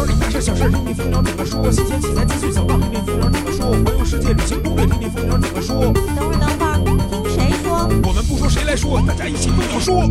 鸟里大事小事，听听蜂鸟怎么说。新鲜器材资讯小道，听听蜂鸟怎么说。环游世界旅行攻略，听听蜂鸟怎么说。 等会儿，听谁说？ 我们不说谁来说，大家一起蜂鸟说。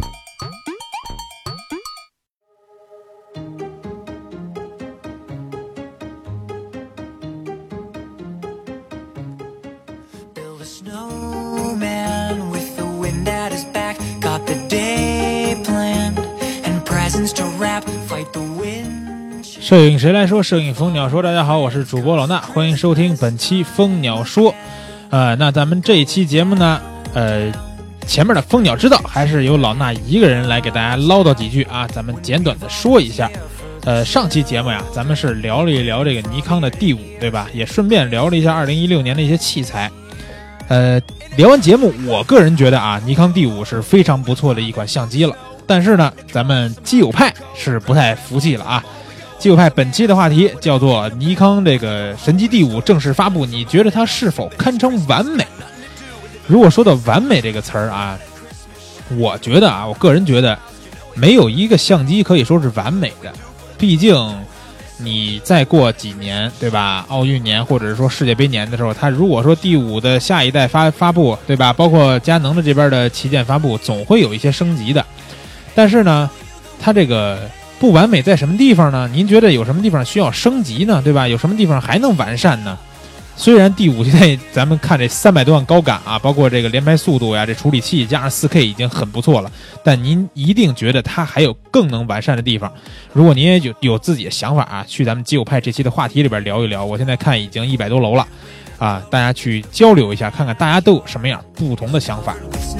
摄影谁来说？摄影蜂鸟说。大家好，我是主播老衲，欢迎收听本期蜂鸟说。那咱们这一期节目呢，前面的蜂鸟知道还是由老衲一个人来给大家唠叨几句啊，咱们简短的说一下。上期节目呀，咱们是聊了一聊这个尼康的 D5， 对吧？也顺便聊了一下2016年的一些器材。聊完节目，我个人觉得啊，尼康 D5 是非常不错的一款相机了。但是呢，咱们基友派是不太服气了啊。基友派本期的话题叫做尼康这个神机 D5 正式发布，你觉得它是否堪称完美？如果说到完美这个词儿啊，我觉得啊，我个人觉得没有一个相机可以说是完美的。毕竟你再过几年，对吧？奥运年或者是说世界杯年的时候，它如果说第5的下一代发布，对吧？包括佳能的这边的旗舰发布，总会有一些升级的。但是呢，它这个不完美在什么地方呢？您觉得有什么地方需要升级呢？对吧？有什么地方还能完善呢？虽然D5现在咱们看这300多万高感啊，包括这个连拍速度呀，这处理器加上 4K 已经很不错了，但您一定觉得它还有更能完善的地方。如果您也有自己的想法啊，去咱们基友派这期的话题里边聊一聊。我现在看已经100多楼了啊，大家去交流一下，看看大家都有什么样不同的想法。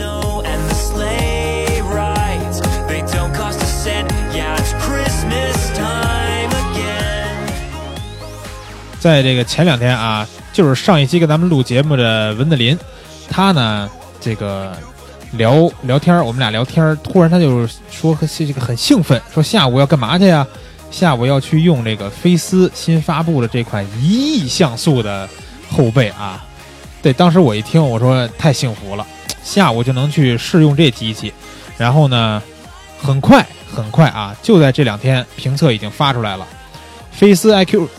在这个前2天啊，就是上一期跟咱们录节目的文子林，他呢这个聊天，我们俩聊天，突然他就说这个很兴奋，说下午要干嘛去呀？下午要去用这个飞思新发布的这款1亿像素的后背啊。对，当时我一听，我说太幸福了，下午就能去试用这机器。然后呢，很快啊，就在这2天评测已经发出来了，飞思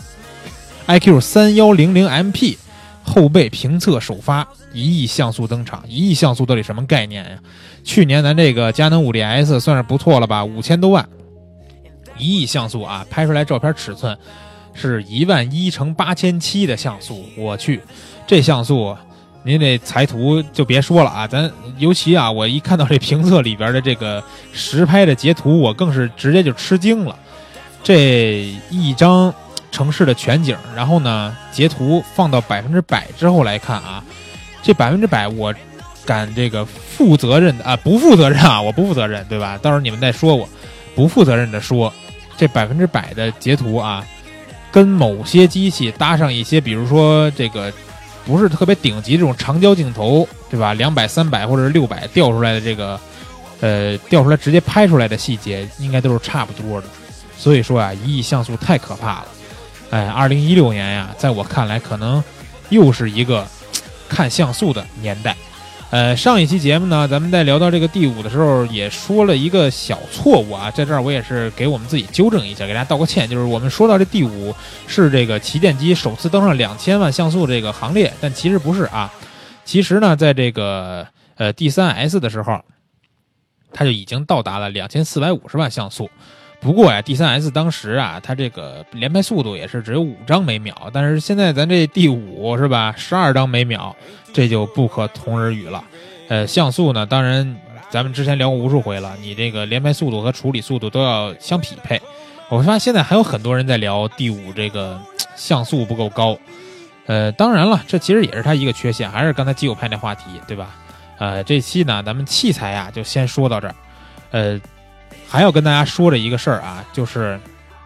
IQ3100MP 后背评测首发，1亿像素登场。1亿像素到底什么概念呀？去年咱这个佳能 5DS 算是不错了吧，5000多万，1亿像素啊，拍出来照片尺寸是11000×8700的像素，我去，这像素您这裁图就别说了啊，咱尤其啊，我一看到这评测里边的这个实拍的截图，我更是直接就吃惊了。这一张城市的全景，然后呢截图放到100%之后来看啊，这100%我敢这个负责任的啊，不负责任啊，我不负责任，对吧？到时候你们再说我不负责任的说，这100%的截图啊，跟某些机器搭上一些，比如说这个不是特别顶级这种长焦镜头，对吧？200、300或者是600调出来的这个调出来直接拍出来的细节，应该都是差不多的。所以说啊，1亿像素太可怕了。2016年呀，在我看来可能又是一个看像素的年代。上一期节目呢，咱们在聊到这个D5的时候也说了一个小错误啊，在这儿我也是给我们自己纠正一下，给大家道个歉，就是我们说到这D5是这个旗舰机首次登上2000万像素这个行列，但其实不是啊。其实呢，在这个D3S 的时候，它就已经到达了2450万像素。不过呀，D3S 当时啊，它这个连拍速度也是只有5张每秒，但是现在咱这D5是吧，12张每秒，这就不可同日语了。像素呢，当然咱们之前聊过无数回了，你这个连拍速度和处理速度都要相匹配。我发现现在还有很多人在聊D5这个像素不够高。当然了，这其实也是它一个缺陷，还是刚才基友派那话题，对吧？这期呢，咱们器材啊就先说到这儿。还要跟大家说的一个事儿啊，就是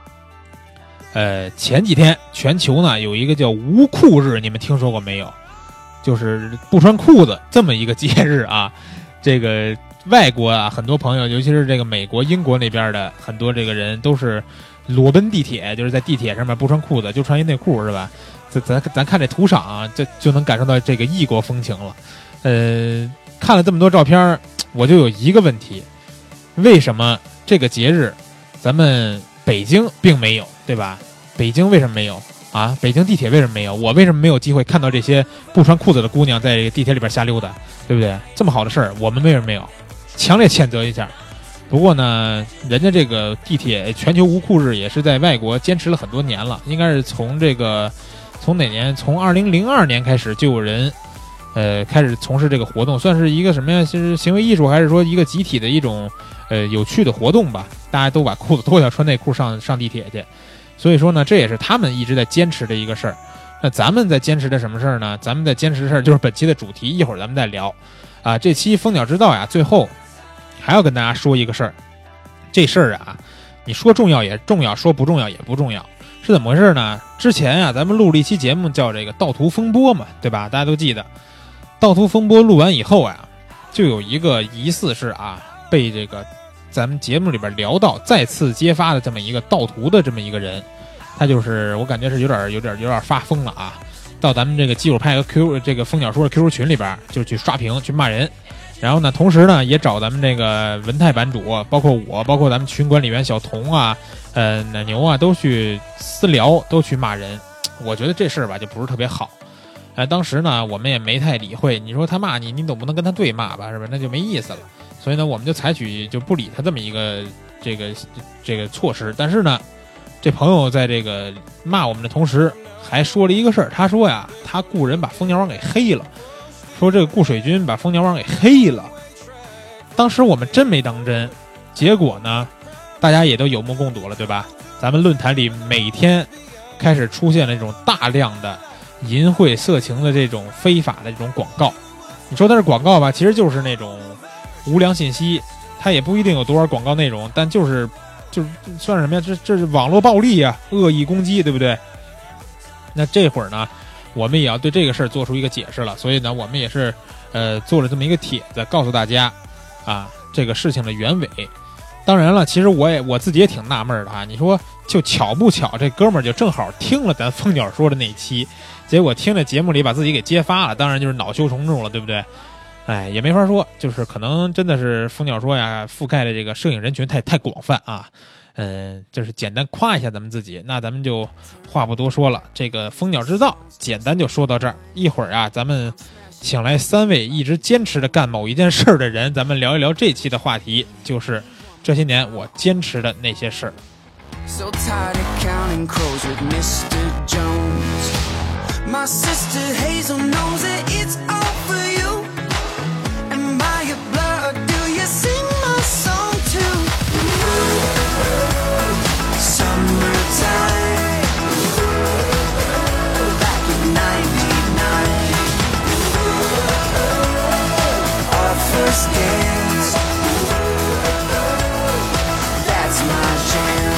前几天全球呢有一个叫无裤日，你们听说过没有？就是不穿裤子这么一个节日啊。这个外国啊，很多朋友，尤其是这个美国、英国那边的很多这个人，都是裸奔地铁，就是在地铁上面不穿裤子，就穿一内裤，是吧？咱看这图赏啊，这就能感受到这个异国风情了。看了这么多照片，我就有一个问题。为什么这个节日咱们北京并没有，对吧？ 北京为什么没有啊？北京地铁为什么没有？我为什么没有机会看到这些不穿裤子的姑娘在这个地铁里边瞎溜达，对不对？这么好的事儿，我们为什么没有？强烈谴责一下。不过呢，人家这个地铁全球无裤日也是在外国坚持了很多年了，应该是从哪年？从2002年开始就有人开始从事这个活动，算是一个什么呀？是行为艺术，还是说一个集体的一种有趣的活动吧？大家都把裤子脱掉，穿内裤上地铁去。所以说呢，这也是他们一直在坚持的一个事儿。那咱们在坚持的什么事儿呢？咱们在坚持的事儿就是本期的主题，一会儿咱们再聊。这期蜂鸟之道呀，最后还要跟大家说一个事儿。这事儿啊，你说重要也重要，说不重要也不重要，是怎么回事呢？之前啊，咱们录了一期节目叫这个盗图风波嘛，对吧？大家都记得，盗图风波录完以后啊，就有一个疑似是被这个咱们节目里边聊到再次揭发的这么一个盗图的这么一个人，他就是我感觉是有点发疯了啊！到咱们这个基友派和 Q 这个蜂鸟说的 QQ 群里边，就去刷屏去骂人，然后呢，同时呢也找咱们这个文泰版主，包括我，包括咱们群管理员小童啊，奶牛啊，都去私聊，都去骂人。我觉得这事儿吧就不是特别好。当时呢我们也没太理会，你说他骂你，你总不能跟他对骂吧，是吧？那就没意思了。所以呢，我们就采取就不理他这么一个这个措施。但是呢，这朋友在这个骂我们的同时，还说了一个事儿。他说呀，他雇人把蜂鸟网给黑了，说这个顾水军把蜂鸟网给黑了。当时我们真没当真，结果呢，大家也都有目共睹了，对吧？咱们论坛里每天开始出现了这种大量的淫秽色情的这种非法的这种广告。你说它是广告吧，其实就是那种无良信息，它也不一定有多少广告内容，但就是算是什么呀？这是网络暴力啊，恶意攻击，对不对？那这会儿呢，我们也要对这个事儿做出一个解释了，所以呢，我们也是做了这么一个帖子，告诉大家这个事情的原委。当然了，其实我自己也挺纳闷的啊，你说就巧不巧，这哥们儿就正好听了咱蜂鸟说的那期，结果听了节目里把自己给揭发了，当然就是恼羞成怒了，对不对？也没法说，就是可能真的是蜂鸟说呀，覆盖的这个摄影人群太广泛啊。就是简单夸一下咱们自己，那咱们就话不多说了，这个蜂鸟之道简单就说到这儿。一会儿咱们请来3位一直坚持着干某一件事的人，咱们聊一聊这期的话题，就是这些年我坚持的那些事儿。So tired of counting crows with Mr. Jones. My sister Hazel knows that it's all for you. And by your blood, do you sing my song too? Summertime, back in '99, our first dance, that's my jam.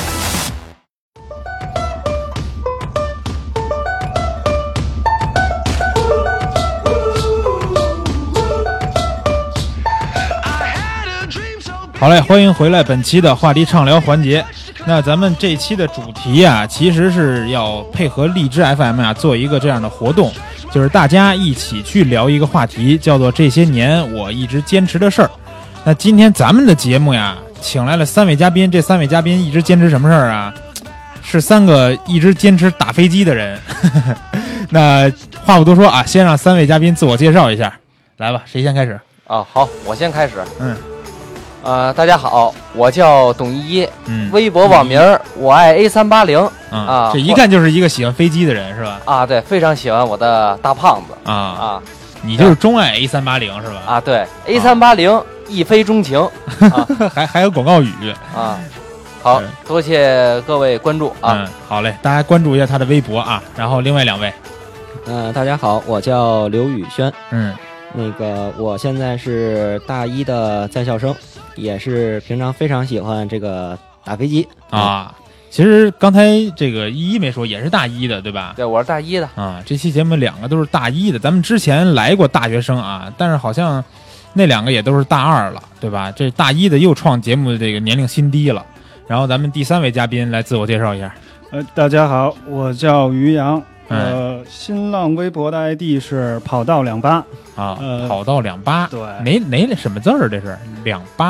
好嘞，欢迎回来本期的话题畅聊环节。那咱们这期的主题其实是要配合荔枝 FM 做一个这样的活动，就是大家一起去聊一个话题，叫做这些年我一直坚持的事儿。那今天咱们的节目请来了3位嘉宾，这3位嘉宾一直坚持什么事儿啊？是3个一直坚持打飞机的人。那话不多说先让3位嘉宾自我介绍一下，来吧，谁先开始？ 好，我先开始。大家好，我叫董一，微博网名我爱 A380 这一看就是一个喜欢飞机的人是吧？ 对，非常喜欢我的大胖子你就是钟爱 A380 是吧？ 对 A380 一飞钟情还有广告语好，多谢各位关注好嘞，大家关注一下他的微博然后另外2位， 大家好，我叫刘宇轩，那个我现在是大一的在校生，也是平常非常喜欢这个打飞机其实刚才这个一没说，也是大一的对吧？ 对，我是大一的这期节目2个都是大一的，咱们之前来过大学生但是好像那2个也都是大2了，对吧？这大一的又创节目的这个年龄新低了。然后咱们第3位嘉宾来自我介绍一下。 大家好，我叫于洋，新浪微博的 ID 是跑道28 跑道28，对，哪什么字儿？这是28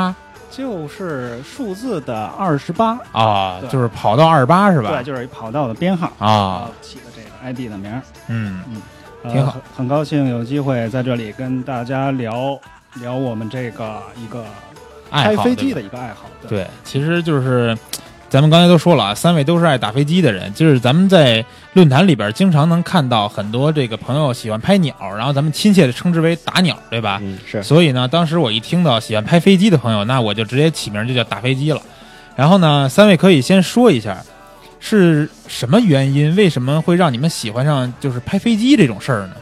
就是数字的28 啊，就是跑道28是吧？ 对，就是一跑道的编号啊， 起的这个 ID 的名。 挺好， 很高兴有机会在这里跟大家聊聊我们这个一个开飞机的一个爱好。 对，其实就是咱们刚才都说了啊，3位都是爱打飞机的人，就是咱们在论坛里边经常能看到很多这个朋友喜欢拍鸟，然后咱们亲切的称之为打鸟，对吧？ 是。 所以呢，当时我一听到喜欢拍飞机的朋友，那我就直接起名就叫打飞机了。然后呢，3位可以先说一下是什么原因，为什么会让你们喜欢上就是拍飞机这种事儿呢？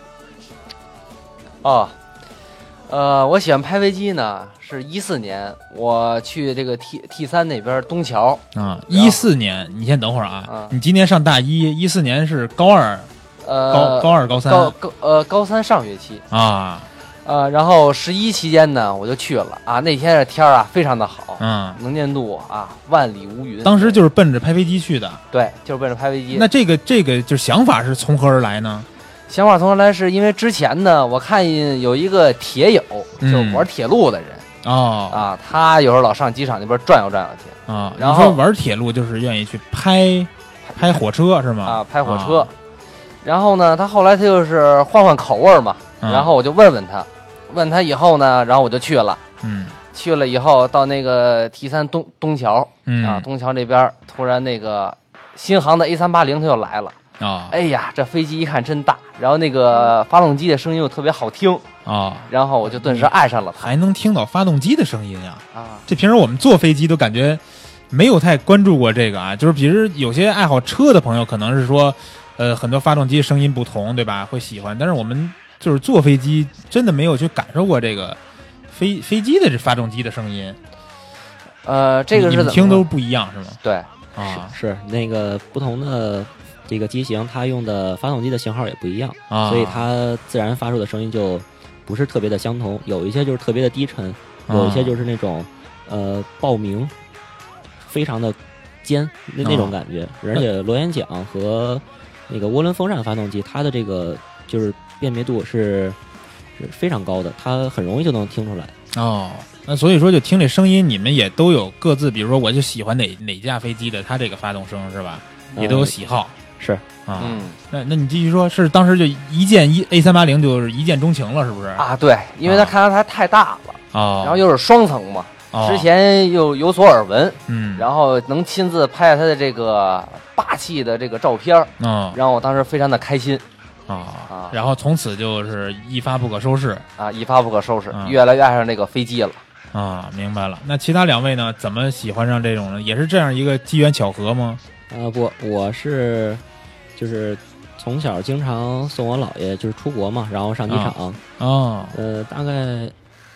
我喜欢拍飞机呢，是14年，我去这个 T3那边东桥啊。14年，你先等会儿啊，你今年上大一，14年是高2，高2高3， 高3上学期啊。 然后11期间呢，我就去了啊。那天的天啊，非常的好，能见度啊万里无云。 当时就是奔着拍飞机去的， 对，就是奔着拍飞机。 那这个就想法是从何而来呢？ 想法从何来是因为之前呢，我看有一个铁友，就是玩铁路的人他有时候老上机场那边转悠转悠去啊。 然后你说玩铁路就是愿意去拍火车是吗？ 啊，拍火车。然后呢，他后来他就是换口味嘛，然后我就问他以后呢，然后我就去了。去了以后到那个 T3 东桥东桥那边突然那个新航的 A380他又来了。哎呀，这飞机一看真大，然后那个发动机的声音又特别好听然后我就顿时爱上了它。 还能听到发动机的声音呀！这平时我们坐飞机都感觉没有太关注过这个啊，就是比如有些爱好车的朋友可能是说，很多发动机声音不同，对吧？会喜欢，但是我们就是坐飞机真的没有去感受过这个飞机的这发动机的声音。 这个是你们听都不一样是吗？ 对是那个不同的。这个机型它用的发动机的型号也不一样所以它自然发出的声音就不是特别的相同，有一些就是特别的低沉有一些就是那种爆鸣非常的尖那种感觉而且螺旋桨和那个涡轮风扇发动机它的这个就是辨别度是非常高的，它很容易就能听出来那所以说就听这声音你们也都有各自，比如说我就喜欢哪架飞机的它这个发动声是吧？也都有喜好是那你继续说，是当时就一见A380就是一见钟情了，是不是啊？对，因为他看它太大了然后又是双层嘛之前又有所耳闻然后能亲自拍下它的这个霸气的这个照片然后我当时非常的开心然后从此就是一发不可收拾一发不可收拾越来越爱上这个飞机了明白了。那其他2位呢？怎么喜欢上这种呢？也是这样一个机缘巧合吗？ 不，我是就是从小经常送我姥爷就是出国嘛，然后上机场大概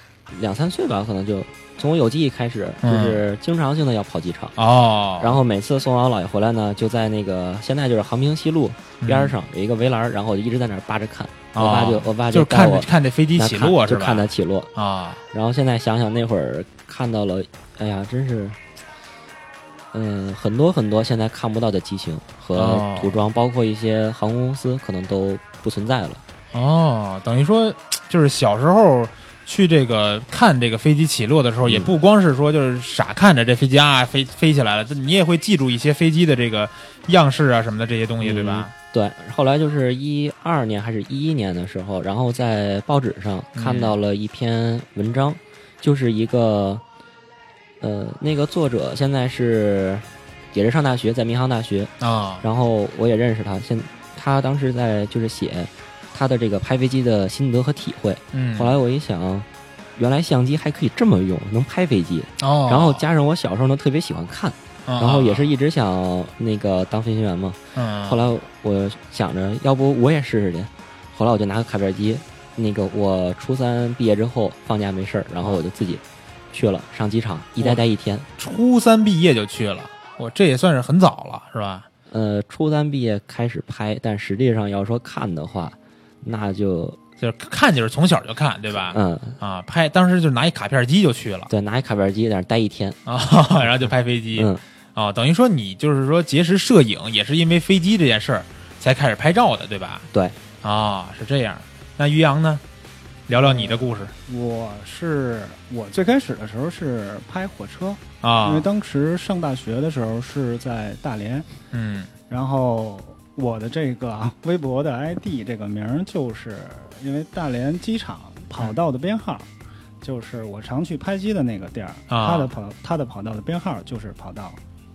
2-3岁吧，可能就从我有记忆开始，就是经常性的要跑机场然后每次送完我姥爷回来呢，就在那个现在就是杭平西路边上有一个围栏然后我就一直在那儿扒着看我爸就看这飞机起落是吧？ 就看它起落然后现在想想那会儿看到了，哎呀，真是很多很多现在看不到的机型和涂装包括一些航空公司可能都不存在了等于说就是小时候去这个看这个飞机起落的时候也不光是说就是傻看着这飞机飞起来了，你也会记住一些飞机的这个样式什么的这些东西对吧？ 对，后来就是12年还是11年的时候，然后在报纸上看到了一篇文章就是一个那个作者现在也是上大学，在民航大学然后我也认识他，他当时在就是写他的这个拍飞机的心得和体会后来我一想，原来相机还可以这么用，能拍飞机然后加上我小时候呢特别喜欢看然后也是一直想那个当飞行员嘛后来我想着要不我也试试去，后来我就拿个卡片机，那个我初3毕业之后放假没事然后我就自己去了，上机场一待1天。 初3毕业就去了，这也算是很早了是吧？ 初3毕业开始拍，但实际上要说看的话，那就是看就是从小就看对吧？拍当时就拿一卡片机就去了， 对，拿一卡片机在那待1天然后就拍飞机等于说你就是说结识摄影也是因为飞机这件事儿才开始拍照的对吧？ 对是这样。那于洋呢？ 聊聊你的故事。 我最开始的时候是拍火车啊， 因为当时上大学的时候是在大连，然后我的这个微博的 ID 这个名就是因为大连机场跑道的编号，就是我常去拍机的那个地儿，它的跑道的编号就是跑道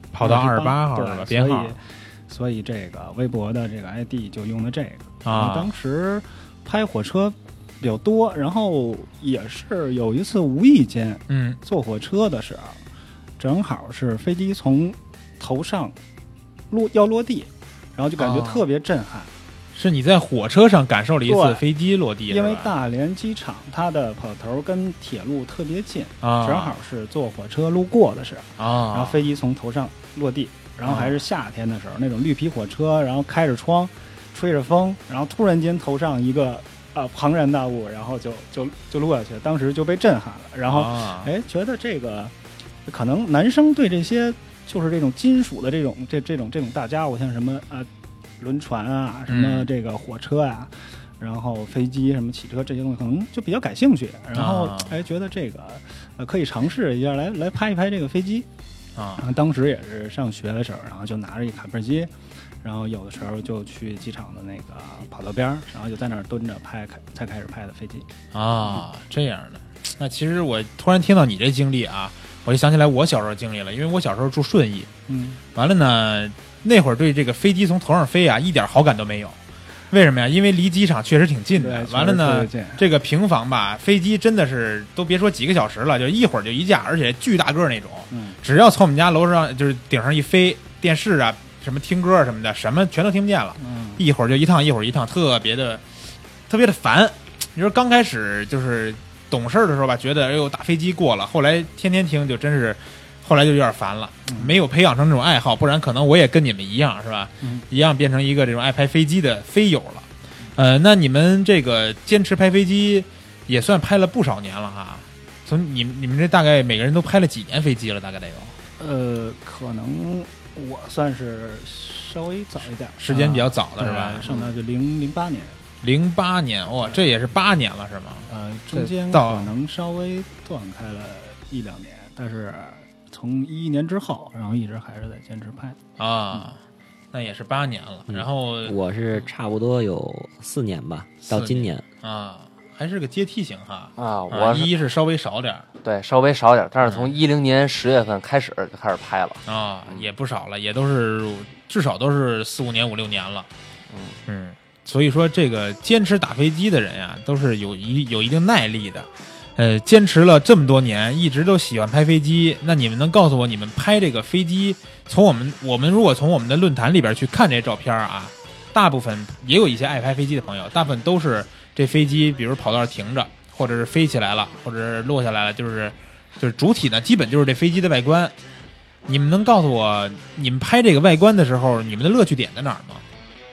28号是吧？编号，所以这个微博的这个 ID 就用的这个啊。当时拍火车比较多，然后也是有一次无意间，坐火车的时候，正好是飞机从头上要落地，然后就感觉特别震撼。 是你在火车上感受了一次飞机落地， 因为大连机场它的跑头跟铁路特别近，正好是坐火车路过的时候，然后飞机从头上落地，然后还是夏天的时候，那种绿皮火车，然后开着窗，吹着风，然后突然间头上一个庞然大物，然后就落下去，当时就被震撼了。然后觉得这个可能男生对这些就是这种金属的这种大家伙，像什么轮船啊，什么这个火车啊，然后飞机什么汽车这些东西可能就比较感兴趣，然后觉得这个可以尝试一下来拍一拍这个飞机啊。当时也是上学的时候，然后就拿着一卡片机，然后有的时候就去机场的那个跑道边，然后就在那儿蹲着拍，才开始拍的飞机啊。这样的，那其实我突然听到你这经历啊，我就想起来我小时候经历了，因为我小时候住顺义，完了呢。那会儿对这个飞机从头上飞啊一点好感都没有，为什么呀？因为离机场确实挺近的。完了呢，这个平房吧，飞机真的是都别说几个小时了，就一会儿就一架，而且巨大个那种。只要从我们家楼上就是顶上一飞，电视啊什么听歌什么的，什么全都听不见了。一会儿就一趟，一会儿一趟，特别的烦。你说刚开始就是懂事的时候吧，觉得哎呦打飞机过了，后来天天听就真是。后来就有点烦了，没有培养成这种爱好，不然可能我也跟你们一样，是吧？一样变成一个这种爱拍飞机的飞友了。那你们这个坚持拍飞机也算拍了不少年了哈。从你们这大概每个人都拍了几年飞机了？大概得有？ 可能我算是稍微早一点， 时间比较早的是吧？ 上大学08年。 08年，哇，这也是8年了是吗？ 中间可能稍微断开了1-2年，但是。从11年之后，然后一直还是在坚持拍啊，那也是8年了。然后我是差不多有4年吧，到今年啊，还是个阶梯型哈啊。我是稍微少点， 对，稍微少点，但是从10年10月份开始就开始拍了啊，也不少了，也都是至少都是4-5年、5-6年了。所以说这个坚持打飞机的人呀，都是有一定耐力的。坚持了这么多年，一直都喜欢拍飞机。那你们能告诉我，你们拍这个飞机，从我们如果从我们的论坛里边去看这些照片啊，大部分也有一些爱拍飞机的朋友，大部分都是这飞机，比如跑道停着，或者是飞起来了，或者是落下来了，就是主体呢，基本就是这飞机的外观。你们能告诉我，你们拍这个外观的时候，你们的乐趣点在哪儿吗？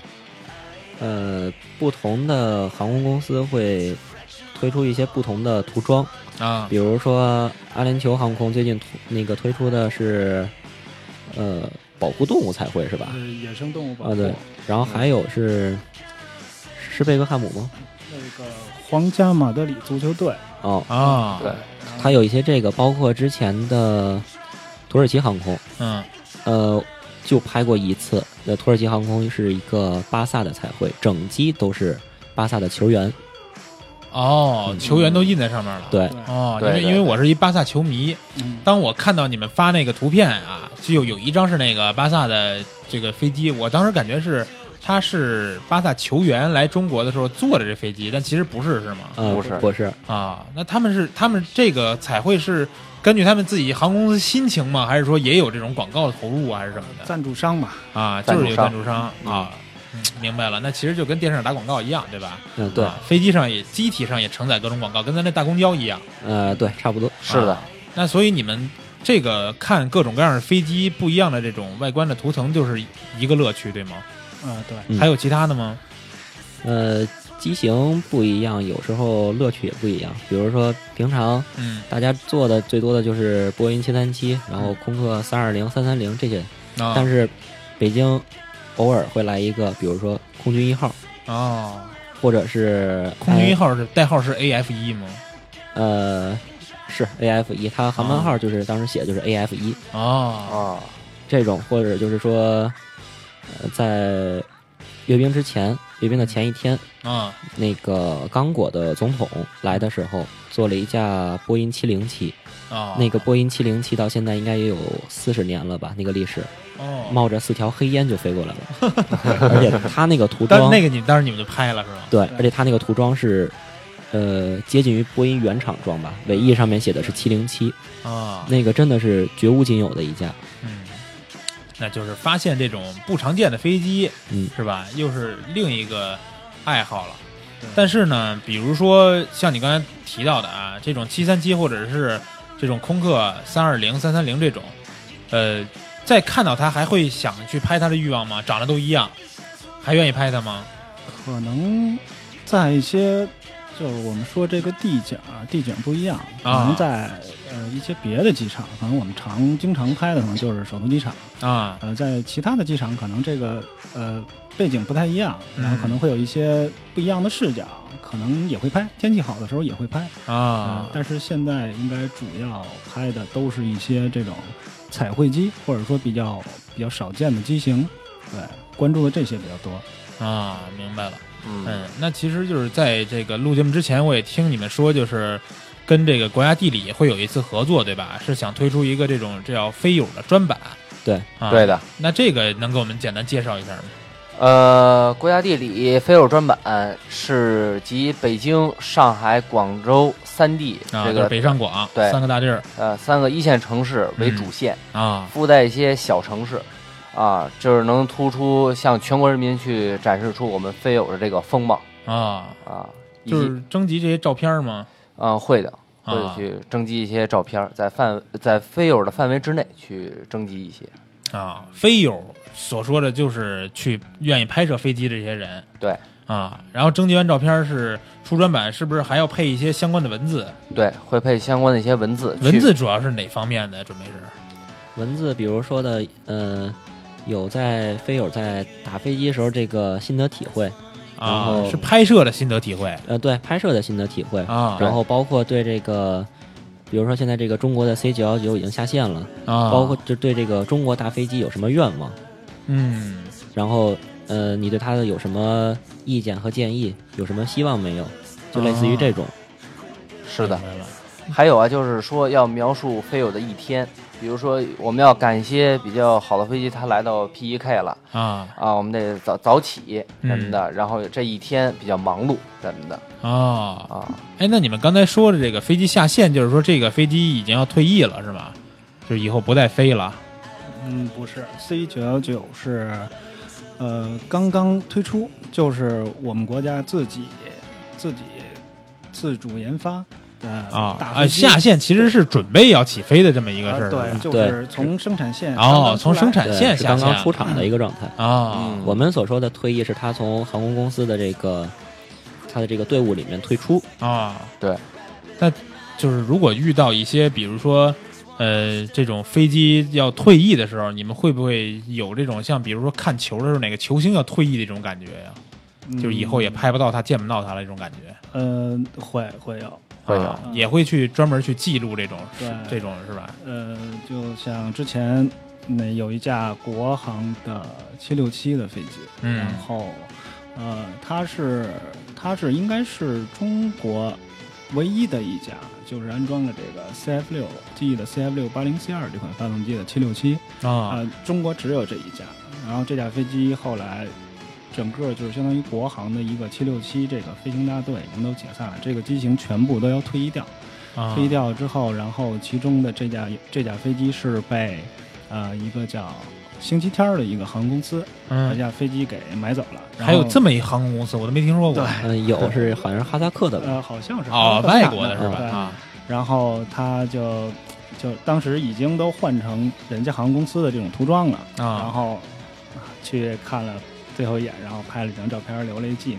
不同的航空公司会推出一些不同的涂装啊， 比如说阿联酋航空最近推出的是保护动物彩绘是吧？ 野生动物保护对，然后还有是贝克汉姆吗？ 那个皇家马德里足球队对， 它有一些这个，包括之前的土耳其航空，就拍过一次。土耳其航空是一个巴萨的彩绘，整机都是巴萨的球员。 球员都印在上面了。 对， 因为我是一巴萨球迷，当我看到你们发那个图片啊，就有一张是那个巴萨的这个飞机，我当时感觉是他是巴萨球员来中国的时候坐的这飞机，但其实不是，是吗？ 不是啊。那他们这个彩绘是根据他们自己航空公司心情吗？还是说也有这种广告的投入啊，还是什么的？ 赞助商吧。 就是有赞助商啊。明白了，那其实就跟电视上打广告一样，对吧？ 对， 飞机上也机体上也承载各种广告，跟咱那大公交一样。 对，差不多。 是的。 那所以你们这个看各种各样的飞机不一样的这种外观的图层，就是一个乐趣，对吗？ 对。 还有其他的吗？ 机型不一样，有时候乐趣也不一样。比如说平常大家做的最多的就是波音737，然后空客320、330这些，但是北京偶尔会来一个，比如说空军1号。 或者是空军1号是代号是 AF1 吗？ 是 AF1，它航班号就是当时写的就是 AF1 这种，或者就是说，在阅兵之前，阅兵的前一天那个刚果的总统来的时候，坐了一架波音707那个波音707到现在应该也有40年了吧，那个历史。冒着4条黑烟就飞过来了，而且他那个涂装， 但那个当时你们就拍了是吧？ 对，而且他那个涂装是，接近于波音原厂装吧，尾翼上面写的是707那个真的是绝无仅有的一架。 那就是发现这种不常见的飞机，是吧？又是另一个爱好了。但是呢，比如说像你刚才提到的啊，这种737或者是这种空客320、330这种，再看到它还会想去拍它的欲望吗？长得都一样，还愿意拍它吗？ 可能在一些，就是我们说这个地景不一样，可能在一些别的机场，可能我们经常拍的可能就是首都机场在其他的机场可能这个背景不太一样，然后可能会有一些不一样的视角，可能也会拍，天气好的时候也会拍但是现在应该主要拍的都是一些这种彩绘机，或者说比较少见的机型，对，关注的这些比较多明白了。那其实就是在这个录节目之前，我也听你们说，就是跟这个国家地理会有一次合作，对吧？是想推出一个这叫飞友的专版。 对， 对的。 那这个能给我们简单介绍一下吗？ 国家地理飞友专版是集北京、上海、广州3地这个北上广对 3个大地儿 ，3个一线城市为主线附带一些小城市就是能突出向全国人民去展示出我们飞友的这个风貌就是征集这些照片吗？ 会的，会去征集一些照片，在飞友的范围之内去征集一些飞友所说的就是去愿意拍摄飞机这些人， 对然后征集完照片是出专版，是不是还要配一些相关的文字？ 对，会配相关的一些文字。 文字主要是哪方面的准备是？ 文字，比如说的，有在飞友在打飞机时候这个心得体会然后是拍摄的心得体会。 对，拍摄的心得体会然后包括对这个。比如说现在这个中国的 C919已经下线了包括就对这个中国大飞机有什么愿望然后你对它的有什么意见和建议，有什么希望没有，就类似于这种是的。还有就是说要描述飞友的一天，比如说我们要赶一些比较好的飞机，它来到 P1K 了我们得早起什么的然后这一天比较忙碌什么的那你们刚才说的这个飞机下线，就是说这个飞机已经要退役了是吧？就是以后不再飞了？ 不是 C919 是刚刚推出，就是我们国家自主研发下线其实是准备要起飞的这么一个事儿对，就是从生产线从生产线下线是刚刚出厂的一个状态我们所说的退役是他从航空公司的他的这个队伍里面退出对。 那就是如果遇到一些比如说这种飞机要退役的时候，你们会不会有这种像比如说看球的时候哪个球星要退役的这种感觉呀？就是以后也拍不到他见不到他了这种感觉？ 会有也会去专门去记录这种是吧？ 就像之前有一架国航的767的飞机然后它是应该是中国唯一的一架就是安装了这个 CF6 记忆的 CF680C2 这款发动机的767中国只有这一架，然后这架飞机后来整个就是相当于国航的一个767这个飞行大队已经都解散了，这个机型全部都要退役掉退役掉之后，然后其中的这架飞机是被一个叫星期天的一个航空公司把这架飞机给买走了。 还有这么一航空公司我都没听说过。 有好像是哈萨克的好像是外国的是吧然后他就当时已经都换成人家航空公司的这种涂装了然后去看了最后一眼，然后拍了一张照片留了一纪念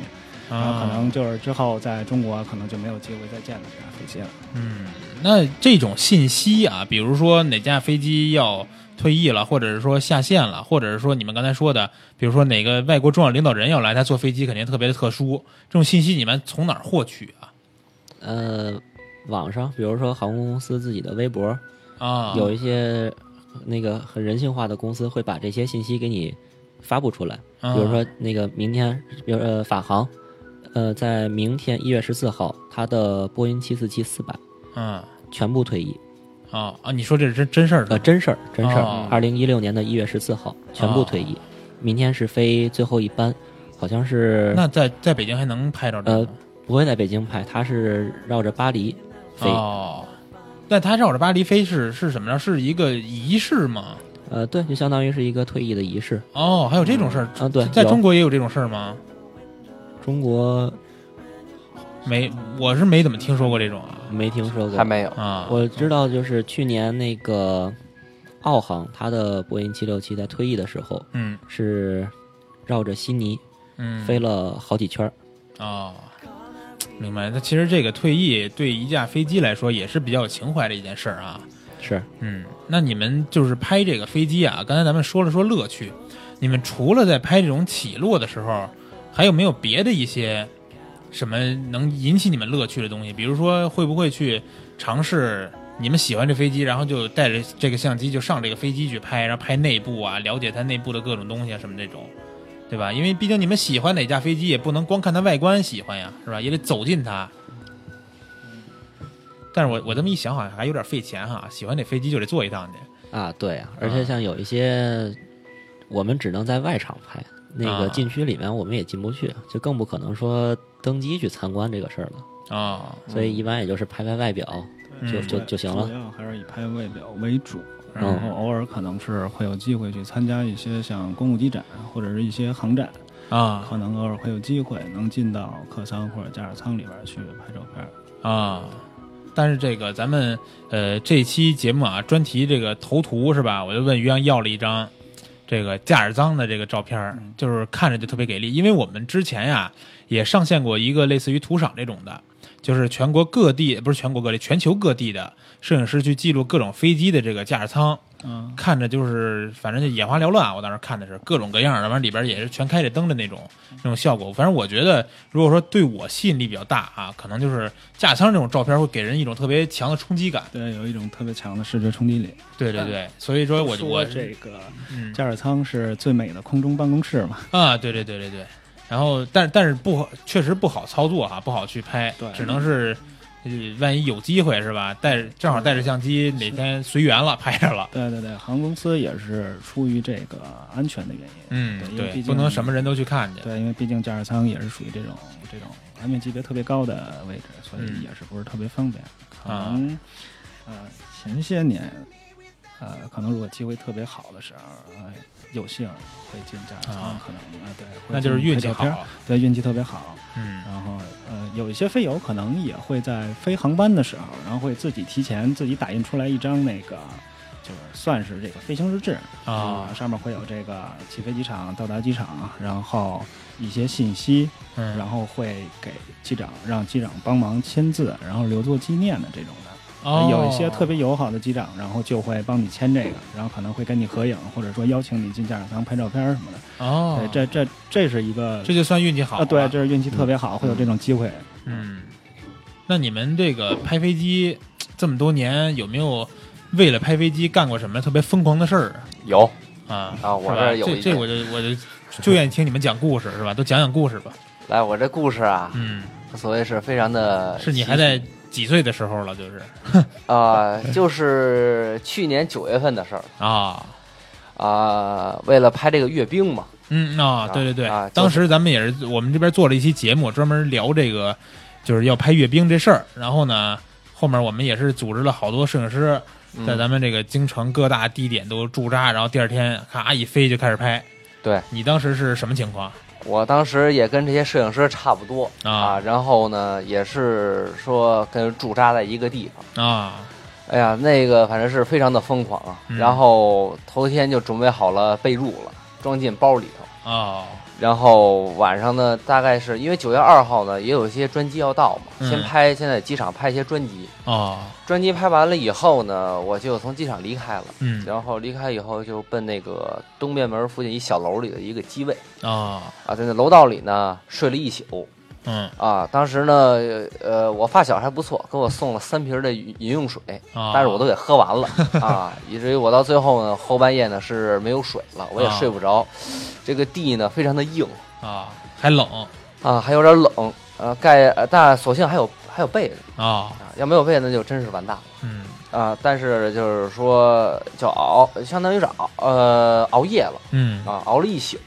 然后可能就是之后在中国可能就没有机会再见到这架飞机了。 那这种信息啊，比如说哪架飞机要退役了，或者是说下线了，或者是说你们刚才说的，比如说哪个外国重要领导人要来，他坐飞机肯定特别的特殊，这种信息你们从哪儿获取啊？ 网上，比如说航空公司自己的微博啊， 有一些那个很人性化的公司会把这些信息给你发布出来。比如说那个明天，比如法航，在明天1月14号，它的波音747-400，全部退役。 你说这是真事儿？ 真事儿。2016年的1月14号，全部退役。明天是飞最后一班，好像是。 那在北京还能拍着？ 不会在北京拍，它是绕着巴黎飞。 那它绕着巴黎飞是什么着？是一个仪式吗？ 对，就相当于是一个退役的仪式。 还有这种事儿？ 对， 在中国也有这种事儿吗？ 中国我是没怎么听说过这种啊。 没听说过， 还没有啊。 我知道，就是去年那个澳航，它的波音767在退役的时候，是绕着悉尼，飞了好几圈。 明白。那其实这个退役对一架飞机来说也是比较有情怀的一件事啊。 是， 那你们就是拍这个飞机啊，刚才咱们说了说乐趣，你们除了在拍这种起落的时候，还有没有别的一些什么能引起你们乐趣的东西？比如说会不会去尝试你们喜欢这飞机，然后就带着这个相机就上这个飞机去拍，然后拍内部啊，了解它内部的各种东西啊什么这种，对吧？因为毕竟你们喜欢哪架飞机，也不能光看它外观喜欢呀，是吧？也得走进它。但是我这么一想，好像还有点费钱哈。喜欢哪飞机就得坐一趟去啊，对啊。而且像有一些，我们只能在外场拍，那个禁区里面我们也进不去，就更不可能说登机去参观这个事儿了所以一般也就是拍拍外表就行了。 主要还是以拍外表为主，然后偶尔可能是会有机会去参加一些像公务机展或者是一些航展可能偶尔会有机会能进到客舱或者驾驶舱里边去拍照片但是这个咱们这期节目啊，专题这个头图是吧？我就问于洋要了一张这个驾驶舱的这个照片，就是看着就特别给力。因为我们之前呀也上线过一个类似于图赏这种的，就是全球各地的摄影师去记录各种飞机的这个驾驶舱。看着就是反正就眼花缭乱，我当时看的是各种各样的，完里边也是全开着灯的那种效果。反正我觉得，如果说对我吸引力比较大啊，可能就是驾驶舱这种照片会给人一种特别强的冲击感， 对，有一种特别强的视觉冲击力。 对对对，所以说我这个驾驶舱是最美的空中办公室嘛。 对对对对对。然后但是确实不好操作不好去拍，只能是。万一有机会是吧？正好带着相机，哪天随缘了拍着了。对对对， 航空公司也是出于这个安全的原因。对，不能什么人都去看去。 对，因为毕竟驾驶舱也是属于这种安全级别特别高的位置，所以也是不是特别方便。可能前些年可能如果机会特别好的时候，有幸会进驾驶舱，可能对， 那就是运气好， 对，运气特别好。然后有一些飞友可能也会在飞航班的时候，然后会自己提前自己打印出来一张那个，就是算是这个飞行日志上面会有这个起飞机场、到达机场，然后一些信息，然后会给机长，让机长帮忙签字，然后留作纪念的这种的。有一些特别友好的机长，然后就会帮你签这个，然后可能会跟你合影，或者说邀请你进驾驶舱拍照片什么的。对，这是一个， 这就算运气好对，这是运气特别好，会有这种机会。 那你们这个拍飞机这么多年，有没有为了拍飞机干过什么特别疯狂的事儿？ 有我这有这我就愿意听你们讲故事是吧？都讲讲故事吧。 来，我这故事啊，所谓是非常的， 是你还在几岁的时候了？就是就是去年9月份的事儿为了拍这个阅兵嘛。 对对对，当时咱们也是我们这边做了一期节目，专门聊这个，就是要拍阅兵这事儿。然后呢，后面我们也是组织了好多摄影师，在咱们这个京城各大地点都驻扎，然后第二天咔一飞就开始拍。 对， 你当时是什么情况？ 我当时也跟这些摄影师差不多然后呢，也是说跟驻扎在一个地方哎呀，那个反正是非常的疯狂然后头天就准备好了被褥了，装进包里头然后晚上呢，大概是因为9月2号呢，也有一些专机要到嘛，先在机场拍一些专辑专辑拍完了以后呢，我就从机场离开了，然后离开以后就奔那个东便门附近一小楼里的一个机位在那楼道里呢睡了一宿。当时呢，我发小还不错，给我送了3瓶的饮用水，但是我都给喝完了以至于我到最后呢，后半夜呢是没有水了，我也睡不着，这个地呢非常的硬还冷还有点冷，但索性还有被子要没有被子就真是完蛋了，但是就是说就相当于是熬夜了，熬了一宿。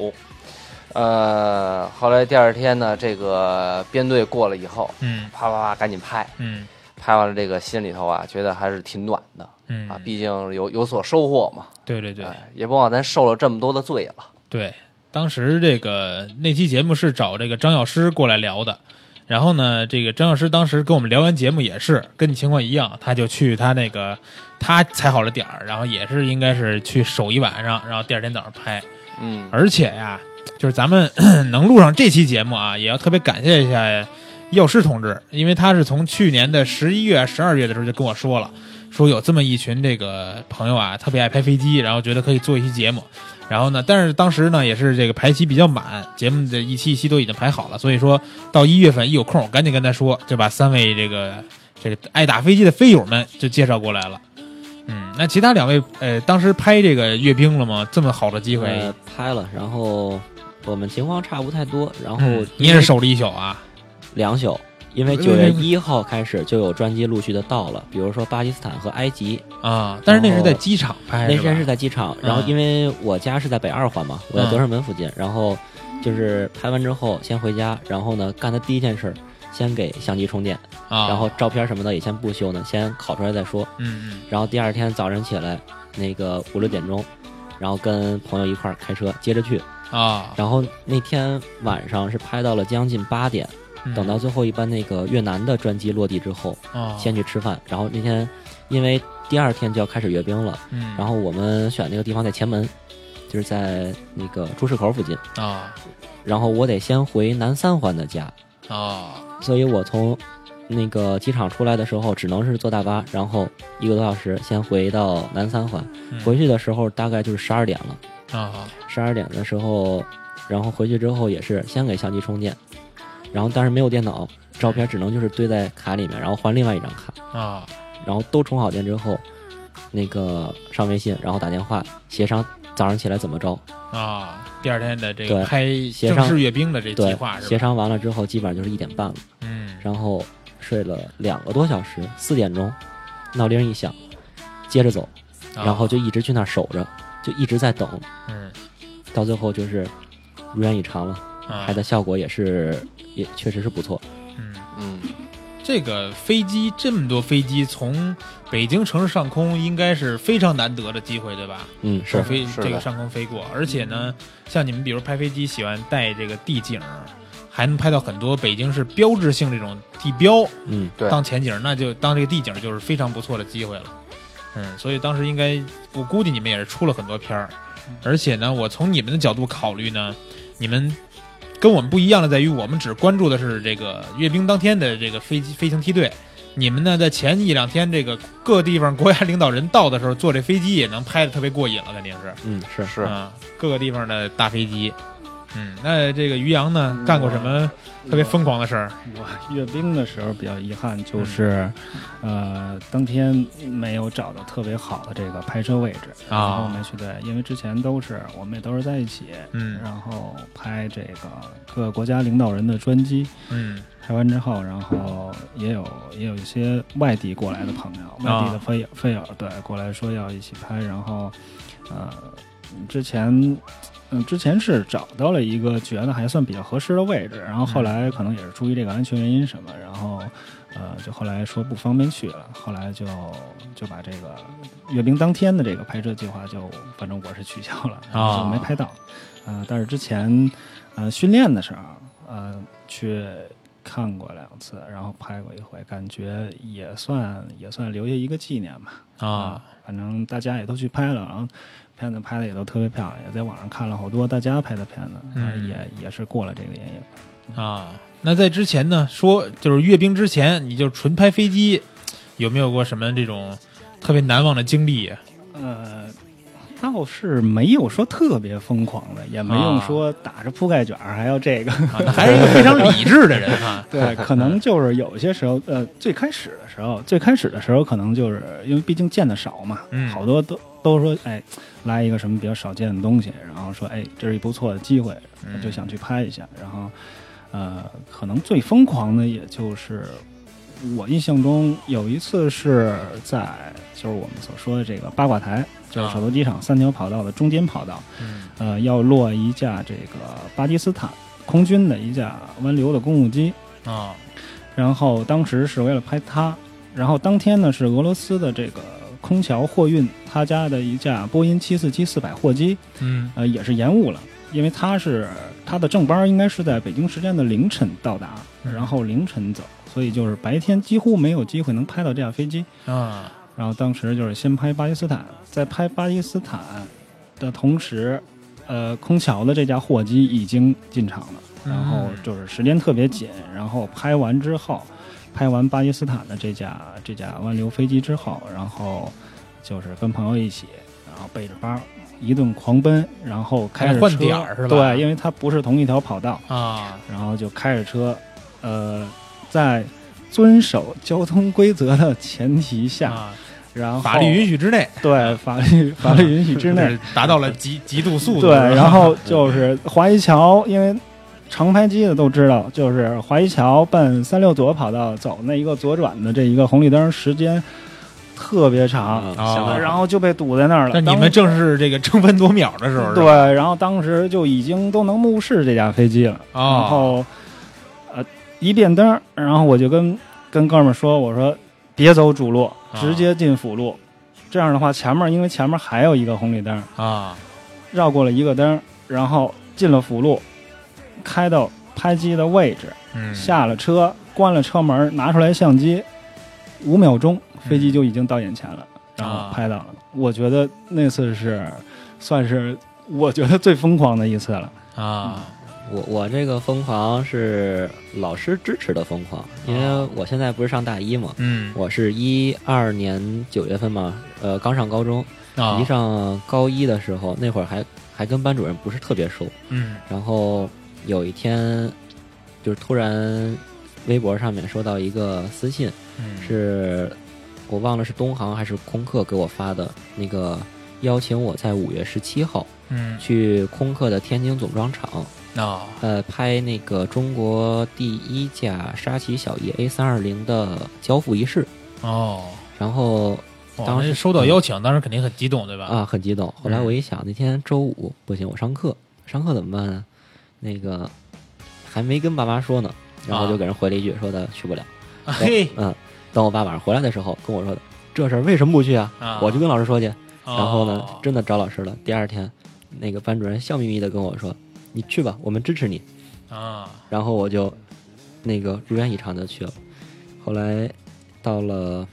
后来第二天呢，这个编队过了以后，啪啪啪赶紧拍，拍完了这个心里头觉得还是挺暖的，毕竟有所收获嘛。 对对对， 也不枉咱受了这么多的罪了。 对，当时那期节目是找这个张药师过来聊的，然后呢，这个张药师当时跟我们聊完节目也是跟你情况一样，他就去他踩好了点儿，然后也是应该是去守一晚上，然后第二天早上拍，而且呀。就是咱们能录上这期节目也要特别感谢一下药师同志，因为他是从去年的11月、12月的时候就跟我说了，说有这么一群这个朋友特别爱拍飞机，然后觉得可以做一期节目，然后呢，但是当时呢也是这个排期比较满，节目的一期都已经排好了，所以说到1月份一有空，我赶紧跟他说，就把3位这个爱打飞机的飞友们就介绍过来了。那其他2位当时拍这个阅兵了吗？这么好的机会拍了，然后我们情况差不太多，然后你也是守了1宿 2宿，因为9月1号开始就有专机陆续的到了，比如说巴基斯坦和埃及但是那是在机场拍， 那天是在机场，然后因为我家是在北2环嘛，我在德胜门附近，然后就是拍完之后先回家，然后呢干的第一件事先给相机充电然后照片什么的也先不修呢，先拷出来再说然后第二天早晨起来那个5、6点钟，然后跟朋友一块儿开车接着去然后那天晚上是拍到了将近8点，等到最后一班那个越南的专机落地之后先去吃饭，然后那天因为第二天就要开始阅兵了然后我们选那个地方在前门，就是在那个朱市口附近然后我得先回南3环的家所以我从那个机场出来的时候只能是坐大巴，然后1个多小时先回到南3环回去的时候大概就是12点了12点的时候，然后回去之后也是先给相机充电，然后但是没有电脑，照片只能就是堆在卡里面，然后换另外一张卡然后都充好电之后那个上微信，然后打电话协商早上起来怎么着第二天的这个拍正式阅兵的这计划协商完了之后基本上就是1点半了然后睡了2个多小时，4点钟闹铃一响接着走然后就一直去那儿守着，就一直在等到最后就是如愿以偿了拍的效果也确实是不错这个飞机这么多飞机从北京城市上空应该是非常难得的机会，对吧？ 是这个上空飞过，而且呢，像你们比如拍飞机喜欢带这个地景，还能拍到很多北京市标志性这种地标， 对， 当前景，那就当这个地景就是非常不错的机会了。所以当时应该我估计你们也是出了很多片儿，而且呢，我从你们的角度考虑呢，你们跟我们不一样的在于，我们只关注的是这个阅兵当天的这个飞行梯队，你们呢在前1、2天这个各地方国家领导人到的时候，坐这飞机也能拍的特别过瘾了，肯定是。 是各个地方的大飞机。那这个于洋呢，干过什么特别疯狂的事儿？ 我阅兵的时候比较遗憾，就是当天没有找到特别好的这个拍摄位置然后没去对，因为之前我们也都是在一起然后拍这个各个国家领导人的专机拍完之后，然后也有一些外地过来的朋友，外地的飞友对过来说要一起拍，然后之前是找到了一个觉得还算比较合适的位置，然后后来可能也是出于这个安全原因什么，然后就后来说不方便去了，后来就把这个阅兵当天的这个拍摄计划反正我是取消了，就没拍到但是之前训练的时候去看过2次，然后拍过1回，感觉也算留下一个纪念吧。反正大家也都去拍了，然后片子拍的也都特别漂亮，也在网上看了好多大家拍的片子，也是过了这个眼瘾。 那在之前呢，说就是阅兵之前，你就纯拍飞机，有没有过什么这种特别难忘的经历？ 倒是没有说特别疯狂的，也没用说打着铺盖卷还要这个， 那还是一个非常理智的人哈。 对，可能就是有些时候，最开始的时候，可能就是因为毕竟见的少嘛，好多都说，哎，来一个什么比较少见的东西，然后说，哎，这是一不错的机会，就想去拍一下。然后，可能最疯狂的也就是我印象中有一次是在就是我们所说的这个八卦台。就是首都机场3条跑道的中间跑道，要落一架这个巴基斯坦空军的一架湾流的公务机然后当时是为了拍它，然后当天呢是俄罗斯的这个空桥货运他家的一架波音747-400货机，也是延误了，因为它的正班应该是在北京时间的凌晨到达，然后凌晨走，所以就是白天几乎没有机会能拍到这架飞机然后当时就是先拍巴基斯坦，在拍巴基斯坦的同时，空桥的这架货机已经进场了，然后就是时间特别紧，然后拍完巴基斯坦的这架湾流飞机之后，然后就是跟朋友一起，然后背着包一顿狂奔，然后开着车换点是吧？ 对，因为它不是同一条跑道然后就开着车，在遵守交通规则的前提下。然后法律允许之内， 对法律允许之内， 达到了极度速度。 对，然后就是华谊桥，因为常拍机的都知道，就是华谊桥奔36左跑道走那一个左转的这一个红绿灯时间特别长，然后就被堵在那儿了。 那你们正是这个争分夺秒的时候， 对，然后当时就已经都能目视这架飞机了，然后一变灯，然后我就跟哥们说，我说别走主路。直接进辅路，这样的话因为前面还有一个红绿灯绕过了一个灯，然后进了辅路，开到拍机的位置，下了车，关了车门，拿出来相机，5秒钟飞机就已经到眼前了，然后拍到了。我觉得那次算是我觉得最疯狂的一次了我这个疯狂是老师支持的疯狂，因为我现在不是上大一嘛，我是12年9月份嘛，刚上高中，一上高一的时候，那会儿还跟班主任不是特别熟，然后有一天就是突然微博上面收到一个私信，是我忘了是东航还是空客给我发的，那个邀请我在5月17号，去空客的天津总装厂。拍那个中国第1架沙奇小叶 A320 的交付仪式然后当时收到邀请，当时肯定很激动，对吧？ 很激动。后来我一想，那天周五不行，我上课怎么办呢？那个还没跟爸妈说呢，然后就给人回了一句，说的去不了。等我爸晚上回来的时候跟我说的，这事儿为什么不去啊？我就跟老师说去。然后呢，真的找老师了。第2天，那个班主任笑眯眯的跟我说。你去吧，我们支持你然后我就那个如愿以偿的去了。后来到了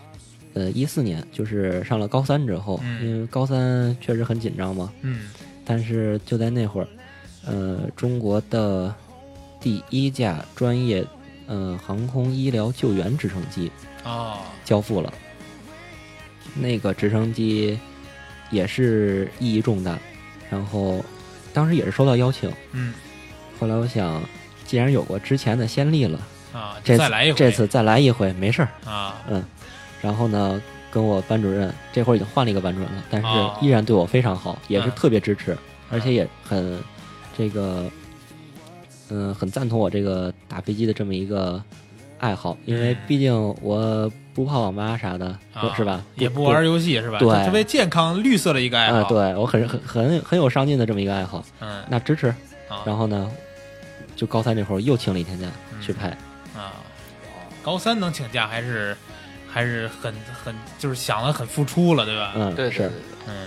14年，就是上了高3之后，因为高3确实很紧张嘛，但是就在那会儿，中国的第1架专业航空医疗救援直升机交付了。那个直升机也是意义重大，然后。当时也是收到邀请，后来我想，既然有过之前的先例了这次再来一回没事儿然后呢，跟我班主任这会儿已经换了一个班主任了，但是依然对我非常好，也是特别支持，而且也很这个很赞同我这个打飞机的这么一个爱好，因为毕竟我不泡网吧啥的，是吧？ 也不玩游戏是吧？ 对， 特别健康绿色的一个爱好。 对我很有上进的这么一个爱好。那支持。然后呢，就高3这会儿又请了1天假去拍。 高3能请假还是很就是想了很付出了，对吧？ 对是。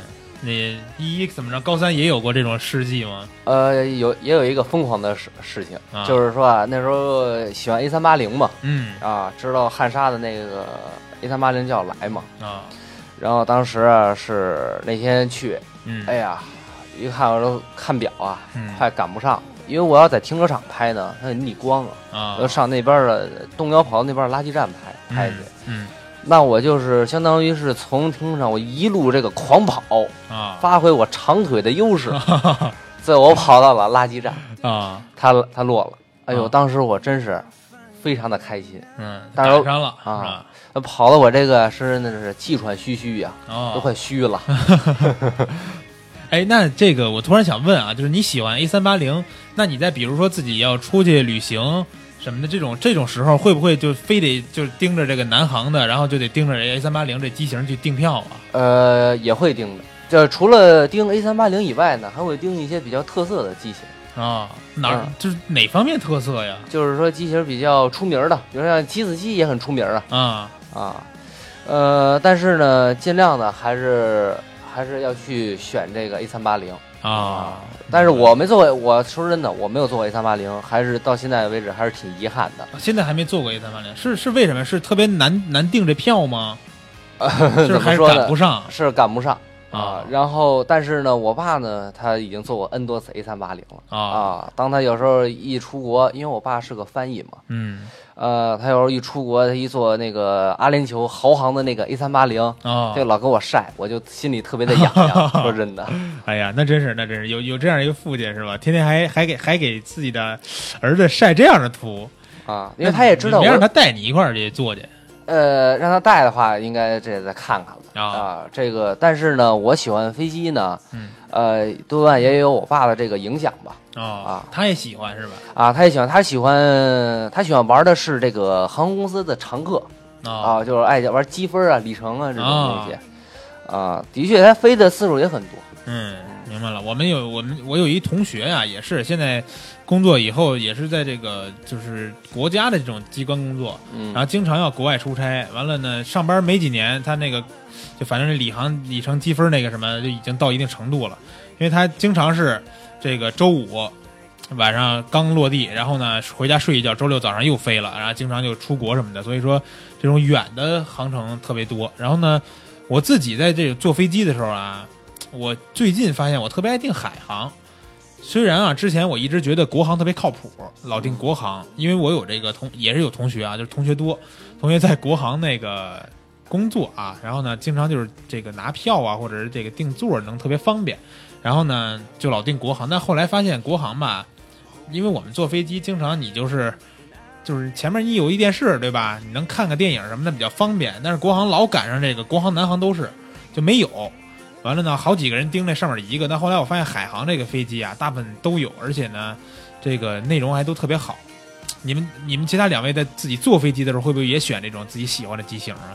你一怎么着？高三也有过这种事迹吗？ 也有一个疯狂的事情，就是说啊，那时候喜欢 A380嘛，知道汉莎的那个 A380就要来嘛，然后当时啊是那天去，哎呀，一看我都看表啊，快赶不上，因为我要在停车场拍呢，它得逆光啊，要上那边的东郊跑道那边垃圾站拍去，那我就是相当于是从停车场我一路这个狂跑发挥我长腿的优势，最后我跑到了垃圾站它落了，哎呦，当时我真是非常的开心，但是上了啊， 跑的我这个是那是气喘吁吁呀，都快虚了。 哎，那这个我突然想问啊，就是你喜欢 A380，那你在比如说自己要出去旅行什么的这种时候，会不会就非得就盯着这个南航的，然后就得盯着 A380这机型去订票啊？也会盯的，就除了盯 A380以外呢，还会盯一些比较特色的机型啊。就是哪方面特色呀？ 就是说机型比较出名的，比如像747也很出名啊。但是呢，尽量呢还是要去选这个 A380啊。但是我没做过，我说真的，我没有做过 A380，还是到现在为止还是挺遗憾的。 现在还没做过 A380，是为什么？是特别难订这票吗？就是还是赶不上？ 是赶不上啊。然后，但是呢，我爸呢，他已经做过 N 多次 A380了啊。当他有时候一出国，因为我爸是个翻译嘛，他有时候一出国，他一坐那个阿联酋豪航的那个 A380，他就老给我晒，我就心里特别的痒痒。说真的， 哎呀，那真是有这样一个父亲是吧？天天还给自己的儿子晒这样的图啊，因为他也知道别让他带你一块儿去做去。 让他带的话，应该这再看看了这个，但是呢，我喜欢飞机呢，多半也有我爸的这个影响吧。 他也喜欢是吧？ 他也喜欢，他喜欢玩的是这个航空公司的常客就是爱玩积分啊、里程啊这种东西的确，他飞的次数也很多。 明白了。我有一同学呀，也是现在工作以后也是在这个就是国家的这种机关工作，然后经常要国外出差，完了呢上班没几年，他那个就反正里程积分那个什么就已经到一定程度了，因为他经常是这个周五晚上刚落地，然后呢回家睡一觉，周六早上又飞了，然后经常就出国什么的，所以说这种远的航程特别多。然后呢，我自己在这个坐飞机的时候啊，我最近发现我特别爱订海航。虽然啊，之前我一直觉得国航特别靠谱，老订国航，因为我有这个也是有同学啊，就是同学多，同学在国航那个工作啊，然后呢，经常就是这个拿票啊，或者是这个订座能特别方便，然后呢就老订国航。但后来发现国航吧，因为我们坐飞机经常你就是前面你有一电视对吧，你能看个电影什么的比较方便，但是国航老赶上这个国航南航都是就没有。完了呢，好几个人盯那上面一个，但后来我发现海航这个飞机啊，大部分都有，而且呢，这个内容还都特别好。你们其他两位在自己坐飞机的时候，会不会也选这种自己喜欢的机型啊？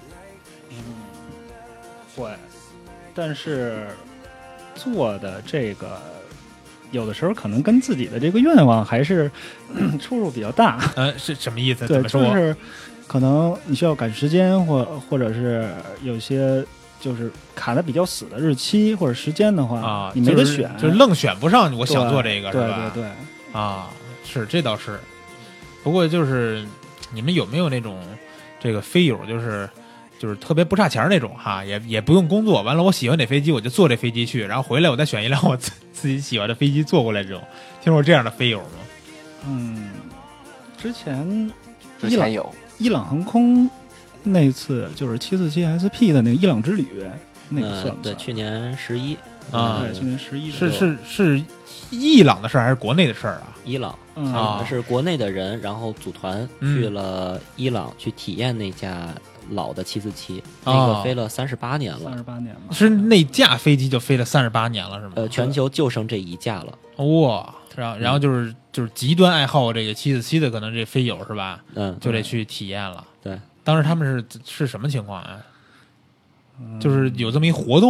会，但是做的这个有的时候可能跟自己的这个愿望还是出入比较大。 是什么意思？ 对， 怎么说？ 就是可能你需要赶时间，或者是有些。就是卡的比较死的日期或者时间的话你没得选， 就是愣选不上。我想做这个，是吧？ 对是这倒是。不过就是你们有没有那种这个飞友，就是特别不差钱那种哈，也不用工作，完了我喜欢哪飞机我就坐这飞机去，然后回来我再选一辆我自己喜欢的飞机坐过来，这种听说这样的飞友吗？ 之前有伊朗航空。那次就是747 SP 的那个伊朗之旅，那个算不算？ 对，去年11 对，去年11 是伊朗的事儿还是国内的事儿啊？ 伊朗是国内的人，然后组团去了伊朗去体验那架老的747，那个飞了38年了 ，38年了， 是那架飞机就飞了38年了，是吗？ 全球就剩这一架了。 哇，然后就是极端爱好这个747的，可能这飞友是吧？就得去体验了。 对。 当时他们是什么情况啊？就是有这么一活动，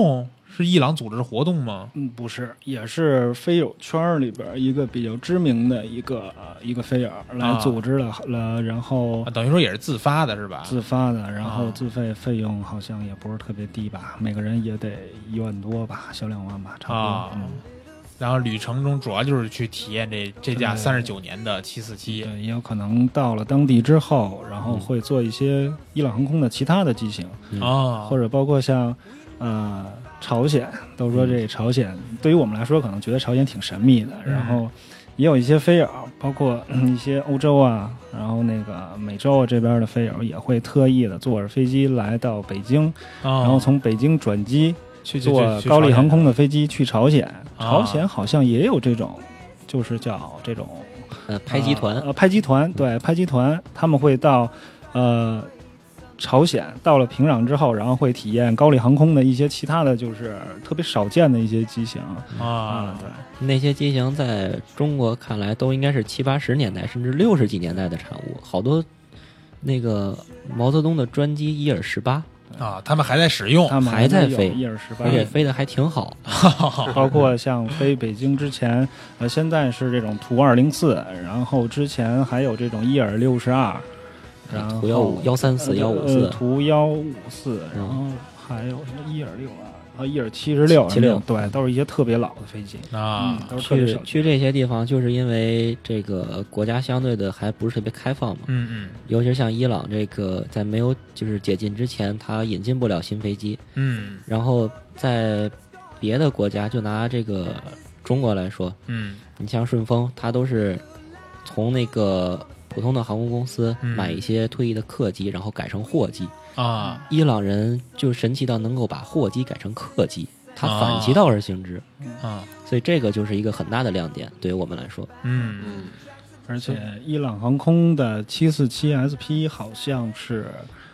是伊朗组织活动吗？ 不是，也是飞友圈里边一个比较知名的一个飞友来组织了，然后等于说也是自发的是吧？ 自发的，然后自费用好像也不是特别低吧，每个人也得1万多吧，小2万吧，差不多。 然后旅程中主要就是去体验这架39年的747， 对，也有可能到了当地之后，然后会做一些伊朗航空的其他的机型或者包括像朝鲜，都说这朝鲜对于我们来说可能觉得朝鲜挺神秘的，然后也有一些飞友，包括一些欧洲啊，然后那个美洲啊这边的飞友也会特意的坐着飞机来到北京，然后从北京转机去坐高丽航空的飞机去朝鲜。朝鲜好像也有这种，就是叫这种拍机团， 拍机团，对，拍机团，他们会到朝鲜，到了平壤之后，然后会体验高丽航空的一些其他的就是特别少见的一些机型对，那些机型在中国看来都应该是70、80年代甚至60几年代的产物，好多那个毛泽东的专机伊尔18。 他们还在使用， 他们还在飞， 而且飞得还挺好。 包括像飞北京之前，现在是这种图204，然后之前还有这种伊尔62，然后图134、154， 图154，然后还有什么伊尔6伊尔76，对，都是一些特别老的飞机都是特别少。 去这些地方，就是因为这个国家相对的还不是特别开放嘛。尤其是像伊朗这个，在没有就是解禁之前，它引进不了新飞机。然后在别的国家，就拿这个中国来说，你像顺丰，它都是从那个普通的航空公司买一些退役的客机，然后改成货机。伊朗人就神奇到能够把货机改成客机，它反其道而行之所以这个就是一个很大的亮点，对于我们来说。 而且伊朗航空的747SP 好像是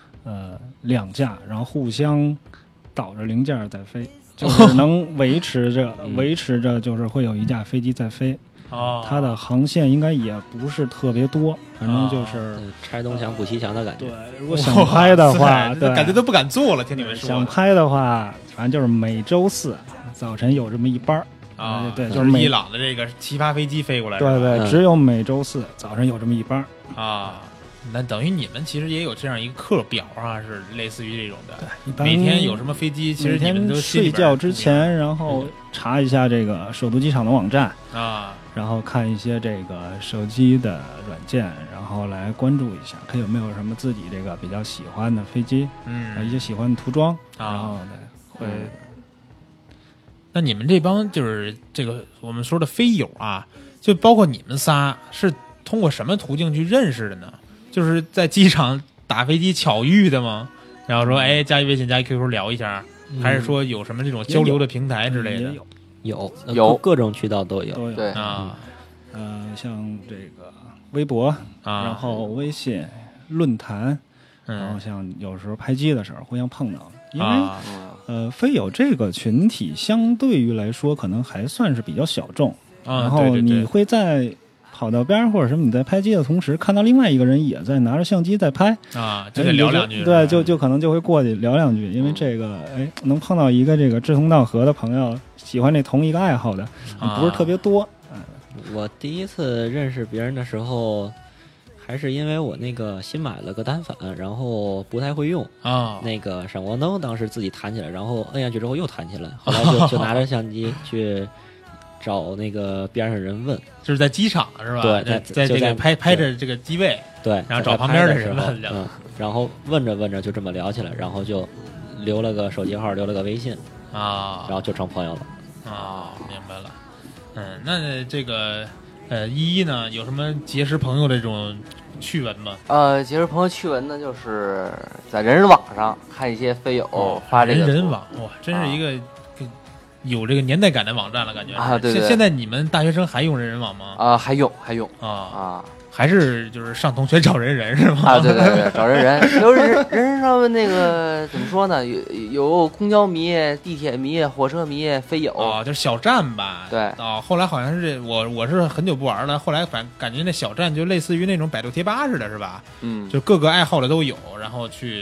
2架，然后互相倒着零件在飞，就是能维持着就是会有一架飞机在飞。它的航线应该也不是特别多，反正就是拆东墙补西墙的感觉。 对，如果想拍的话，对， 感觉都不敢做了。听你们说， 想拍的话，反正就是每周4早晨有这么一班对，就是伊朗的这个7-8飞机飞过来。 对，只有每周4早晨有这么一班那等于你们其实也有这样一个课表是类似于这种的。对，每天有什么飞机，其实你们都睡觉之前，然后查一下这个首都机场的网站然后看一些这个手机的软件，然后来关注一下，看有没有什么自己这个比较喜欢的飞机，一些喜欢的涂装然后会。 那你们这帮就是这个我们说的飞友就包括你们仨，是通过什么途径去认识的呢？就是在机场打飞机巧遇的吗？然后说加一微信加一 QQ 聊一下，还是说有什么这种交流的平台之类的？ 有各种渠道都有。 对像这个微博然后微信论坛然后像有时候拍机的时候互相碰到了，因为飞友这个群体相对于来说可能还算是比较小众然后你会在跑到边或者什么，你在拍机的同时看到另外一个人也在拿着相机在拍就得聊两句。 对，就可能就会过去聊两句，因为这个能碰到一个这个志同道合的朋友，喜欢这同一个爱好的不是特别多。 我第一次认识别人的时候，还是因为我那个新买了个单反，然后不太会用那个闪光灯，当时自己弹起来，然后摁下去之后又弹起来，后来就拿着相机去找那个边上人问， 就是在机场是吧？ 对， 在这个拍着这个机位， 对， 然后找旁边的人问， 然后问着就这么聊起来，然后就留了个手机号，留了个微信然后就成朋友了明白了。那这个依依呢，有什么结识朋友的这种趣闻吗？ 结识朋友趣闻呢，就是在人人网上看一些飞友发这个人人网，哇，真是一个有这个年代感的网站了，感觉对。 现在你们大学生还用人人网吗？ 还用还是就是上同学找人是吗？ 对，找人就是人人上面那个怎么说呢？有公交迷、地铁迷、火车迷、飞友就是小站吧？ 对后来好像是我是很久不玩了，后来感觉那小站就类似于那种百度贴吧似的，是吧？ 就各个爱好的都有，然后去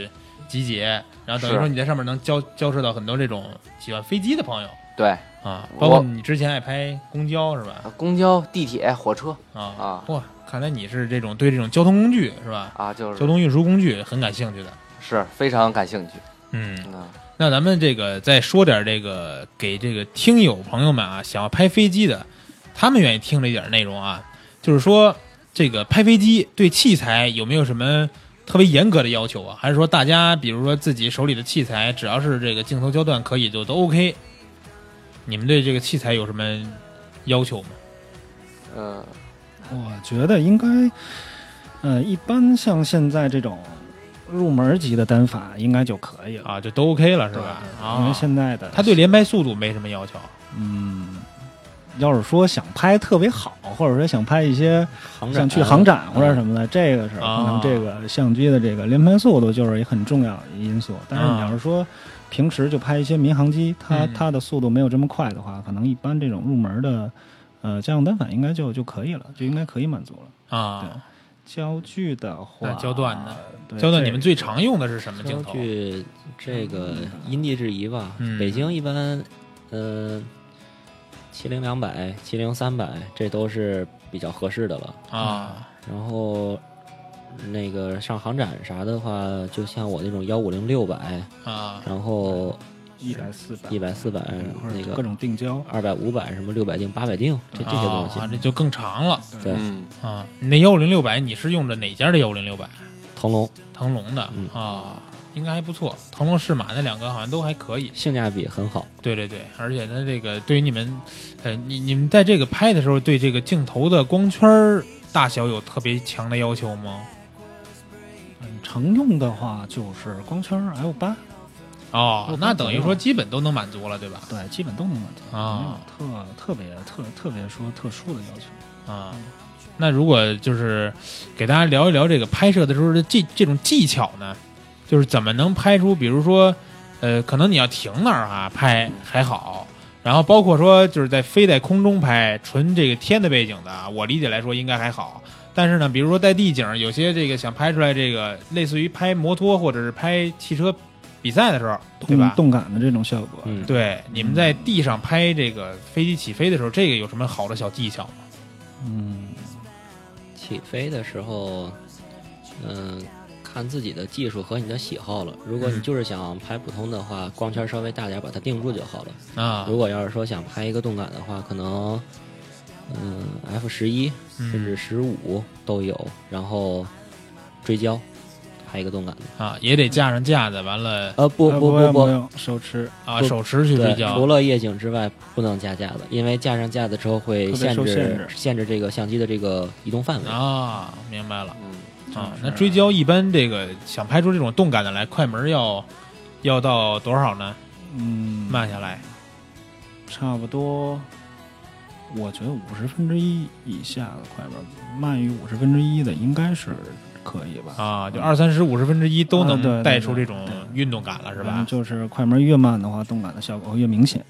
集结，然后等于说你在上面能交涉到很多这种喜欢飞机的朋友。 对啊，包括你之前爱拍公交是吧？ 公交、地铁、火车啊。哇，看来你是对这种交通工具是吧？ 啊，就是交通运输工具很感兴趣的， 是非常感兴趣。 那咱们这个再说点这个给这个听友朋友们啊，想要拍飞机的，他们愿意听的一点内容啊，就是说这个拍飞机对器材有没有什么特别严格的要求啊？还是说大家比如说自己手里的器材，只要是这个镜头焦段可以就都 OK？ 你们对这个器材有什么要求吗？ 我觉得应该，一般像现在这种入门级的单反应该就可以了啊，就都 OK 了是吧？ 因为现在的它对连拍速度没什么要求。 要是说想拍特别好，或者说想拍一些想去航展或者什么的，这个是可能这个相机的这个连拍速度就是一个很重要的因素。但是你要是说平时就拍一些民航机，它的速度没有这么快的话，可能一般这种入门的家用单反应该就可以了，就应该可以满足了啊。 对，焦距的话， 焦段的焦段，你们最常用的是什么镜头？ 焦距这个因地制宜吧。北京一般70-200、70-300，这都是比较合适的了啊。 然后那个上航展啥的话，就像我那种150-600 啊， 然后 100-400， 那个各种定焦 200-500什么600定、800定，这些东西这就更长了。 对啊，你那150-600你是用的哪家的150-600？腾龙的啊。应该还不错，腾龙适马那两个好像都还可以， 性价比很好。 对，而且它这个对于你们，你们在这个拍的时候，对这个镜头的光圈大小有特别强的要求吗？ 常用的话就是光圈 F8。 哦，那等于说基本都能满足了，对吧？ 对，基本都能满足啊， 没有特别说特殊的要求啊。那如果就是给大家聊一聊这个拍摄的时候的这种技巧呢？就是怎么能拍出，比如说，可能你要停那儿啊拍还好，然后包括说就是飞在空中拍纯这个天的背景的，我理解来说应该还好。但是呢，比如说带地景，有些这个想拍出来这个类似于拍摩托或者是拍汽车比赛的时候，对吧？ 动感的这种效果。 对，你们在地上拍这个飞机起飞的时候，这个有什么好的小技巧吗？ 起飞的时候，看自己的技术和你的喜好了。如果你就是想拍普通的话，光圈稍微大点，把它定住就好了啊。 如果要是说想拍一个动感的话，可能F11甚至15都有，然后追焦拍一个动感的啊，也得架上架子，完了不手持啊，手持去追焦。 除了夜景之外，不能架架子，因为架上架子之后会限制这个相机的这个移动范围啊。明白了。那追焦一般这个想拍出这种动感的来，快门要到多少呢？慢下来， 差不多，我觉得1/50以下的快门，慢于1/50的应该是可以吧？ 啊，就20、30、1/50都能带出这种运动感了，是吧？ 就是快门越慢的话，动感的效果会越明显。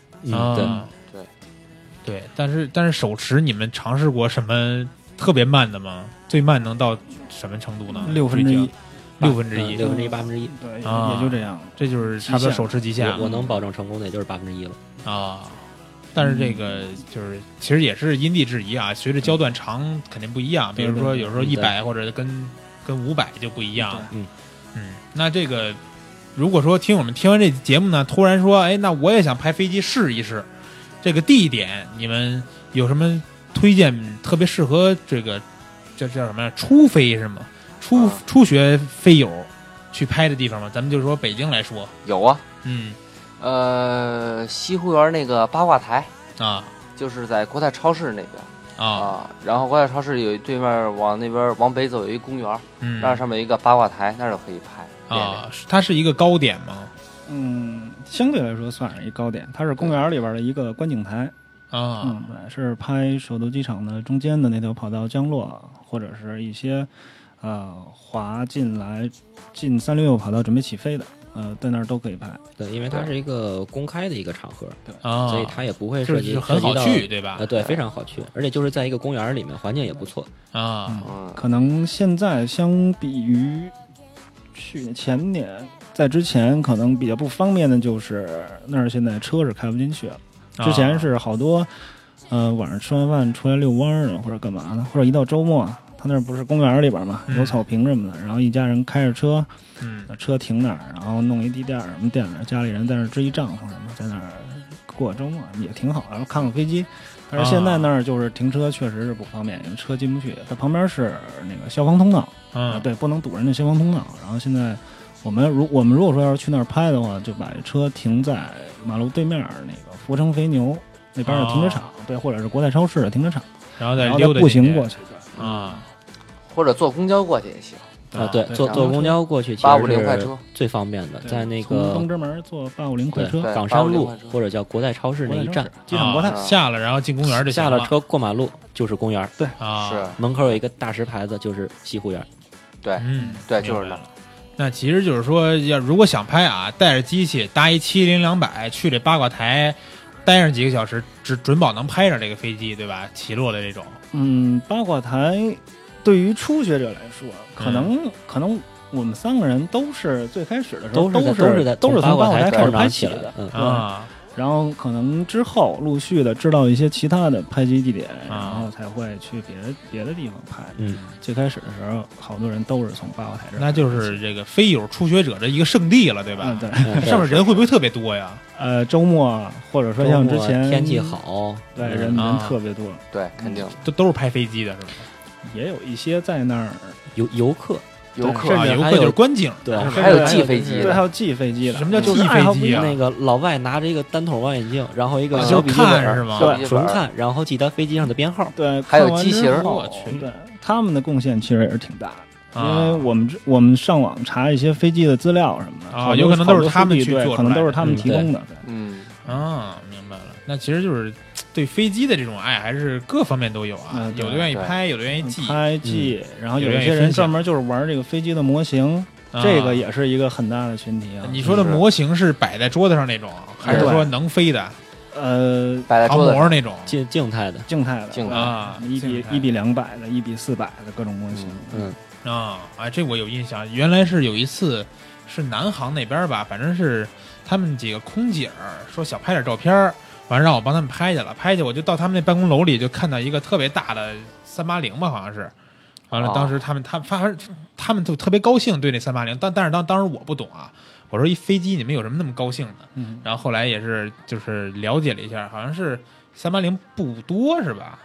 对，但是手持你们尝试过什么特别慢的吗？最慢能到什么程度呢 ？1/6，1/1， 1/1， 对，也就这样。 这就是差不多手持极限。 我能保证成功的也就是1/8了啊。但是这个就是其实也是因地制宜啊，随着焦段长肯定不一样。比如说有时候100或者跟500就不一样。那这个如果说听我们听完这节目呢，突然说，哎，那我也想拍飞机试一试，这个地点你们有什么推荐特别适合这个叫什么呀？初飞是吗？初学飞友去拍的地方吗？咱们就说北京来说， 有啊，西湖园那个八卦台啊， 就是在国泰超市那边啊， 然后国泰超市有对面往北走有一公园，那上面有一个八卦台，那儿就可以拍啊。它是一个高点吗？ 相对来说算是一高点，它是公园里边的一个观景台。对，是拍首都机场的中间的那条跑道降落，或者是一些滑进366跑道准备起飞的，在那儿都可以拍。 对，因为它是一个公开的一个场合，所以它也不会涉及很好去，对吧？ 对，非常好去，而且就是在一个公园里面，环境也不错可能现在相比于前年在之前可能比较不方便的就是那儿现在车是开不进去了，之前是好多晚上吃完饭出来遛弯呢，或者干嘛呢，或者一到周末他那不是公园里边嘛，有草坪什么的，然后一家人开着车，把车停那儿，然后弄一地垫什么垫着，家里人在那儿支一帐篷什么，在那儿过周末也挺好，然后看看飞机。但是现在那儿就是停车确实是不方便，因为车进不去，它旁边是那个消防通道，对，不能堵人的消防通道。然后现在我们如果说要是去那儿拍的话，就把车停在马路对面那个福成肥牛那边的停车场，对，或者是国泰超市的停车场， 然后再溜达步行过去或者坐公交过去也行。 对，坐公交过去 850快车最方便的，在那个东直门坐850快车， 港山路或者叫国泰超市那一站， 机场国泰下了，然后进公园就行了， 下了车过马路就是公园， 对是门口有一个大石牌子，就是西湖园， 对，对，就是的。 那其实就是说，如果想拍啊，带着机器搭一70200去这八卦台，待上几个小时，准保能拍上这个飞机，对吧？起落的这种。 八卦台对于初学者来说，可能我们3个人都是最开始的时候都是从八卦台开始拍起的，然后可能之后陆续的知道一些其他的拍机地点，然后才会去别的地方拍。最开始的时候，好多人都是从八卦台这儿， 那就是这个飞友初学者的一个圣地了，对吧？ 对， 上面人会不会特别多呀？ 周末或者说像之前天气好， 对，人特别多， 对，肯定都是拍飞机的，是吧？ 也有一些在那儿游客。 游客就是观景， 对， 还有寄飞机的， 对，还有寄飞机的。 什么叫寄飞机啊？ 那个老外拿着一个单筒望远镜，然后一个小笔记本是吗？ 对，纯看，然后记得飞机上的编号。 对， 还有机型。 我去， 对，他们的贡献其实也是挺大的，因为我们上网查一些飞机的资料什么的， 有可能都是他们去做， 可能都是他们提供的。 明白了。那其实就是对飞机的这种爱，还是各方面都有啊。有的愿意拍，有的愿意记，然后有些人专门就是玩这个飞机的模型，这个也是一个很大的群体啊。 你说的模型是摆在桌子上那种，还是说能飞的？ 摆在桌子上那种静态的啊 ，1比200的，1比400的各种模型。 这我有印象，原来是有一次是南航那边吧，反正是他们几个空姐说想拍点照片，完了让我帮他们拍去了，我就到他们那办公楼里就看到一个特别大的380吧，好像是。完了，当时他们就特别高兴，对那380，但是当时我不懂啊，我说一飞机你们有什么那么高兴的？然后后来也是就是了解了一下，好像是380不多是吧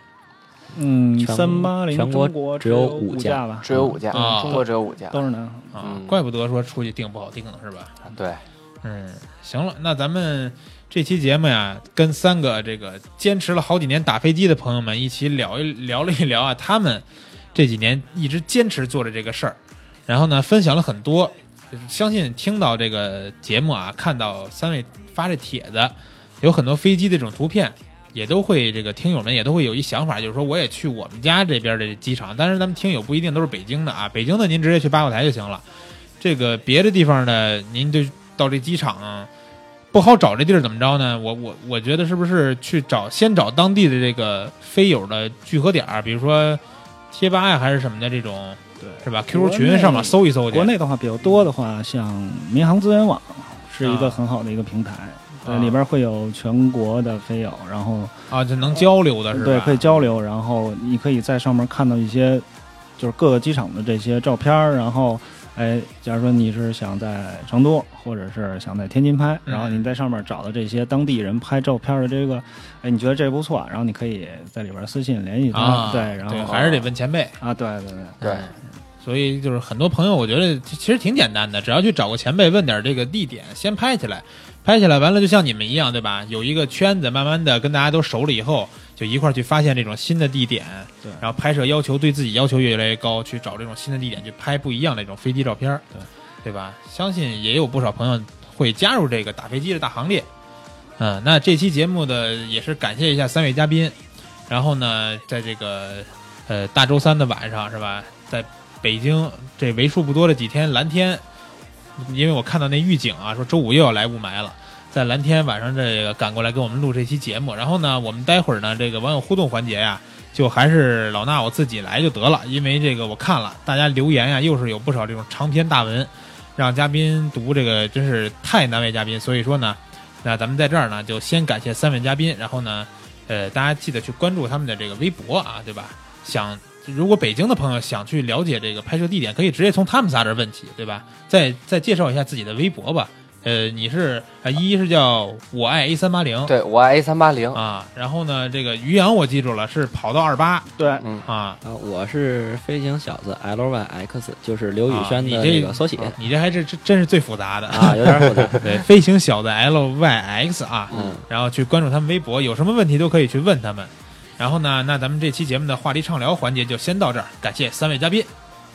？380 全国只有5架吧， 只有5架，中国只有5架， 都是南航怪不得说出去订不好订的是吧？ 对， 行了，那咱们这期节目呀，跟3个这个坚持了好几年打飞机的朋友们一起聊了一聊啊，他们这几年一直坚持做的这个事儿，然后呢，分享了很多。相信听到这个节目啊，看到3位发这帖子，有很多飞机的这种图片，也都会这个听友们也都会有一想法，就是说我也去我们家这边的机场，但是咱们听友不一定都是北京的啊，北京的您直接去八卦台就行了。这个别的地方的，您就到这机场不好找这地儿怎么着呢？我觉得是不是先找当地的这个飞友的聚合点，比如说贴吧呀还是什么的这种，对，是吧 ？QQ 群上面搜一搜去。 国内的话比较多的话，像民航资源网是一个很好的一个平台，里边会有全国的飞友，然后就能交流的是吧？ 对，可以交流，然后你可以在上面看到一些就是各个机场的这些照片，然后。假如说你是想在成都或者是想在天津拍，然后你在上面找到这些当地人拍照片的这个，你觉得这不错，然后你可以在里边私信联系他，对，然后还是得问前辈啊，对， 所以就是很多朋友，我觉得其实挺简单的，只要去找个前辈问点这个地点，先拍起来完了，就像你们一样，对吧？有一个圈子，慢慢的跟大家都熟了以后，就一块去发现这种新的地点， 对， 然后拍摄要求对自己要求越来越高，去找这种新的地点去拍不一样的这种飞机照片，对吧？相信也有不少朋友会加入这个打飞机的大行列。那这期节目的也是感谢一下3位嘉宾，然后呢，在这个大周3的晚上是吧，在北京这为数不多的几天蓝天，因为我看到那预警啊，说周5又要来雾霾了。在蓝天晚上这个赶过来给我们录这期节目，然后呢，我们待会儿呢这个网友互动环节呀，就还是老衲我自己来就得了，因为这个我看了大家留言呀，又是有不少这种长篇大文， 让嘉宾读这个真是太难为嘉宾，所以说呢，那咱们在这儿呢就先感谢3位嘉宾，然后呢，大家记得去关注他们的这个微博啊，对吧？如果北京的朋友想去了解这个拍摄地点，可以直接从他们仨这儿问起，对吧？再介绍一下自己的微博吧。你是一是叫我爱 A380， 对，我爱 A380 啊。然后呢，这个于洋我记住了，是跑到28， 对， 我是飞行小子 LYX， 就是刘宇轩的那个缩写。 你这还是真是最复杂的啊，有点复杂。 对，飞行小子 LYX 啊，然后去关注他们微博，有什么问题都可以去问他们。然后呢，那咱们这期节目的话题畅聊环节就先到这儿，感谢3位嘉宾。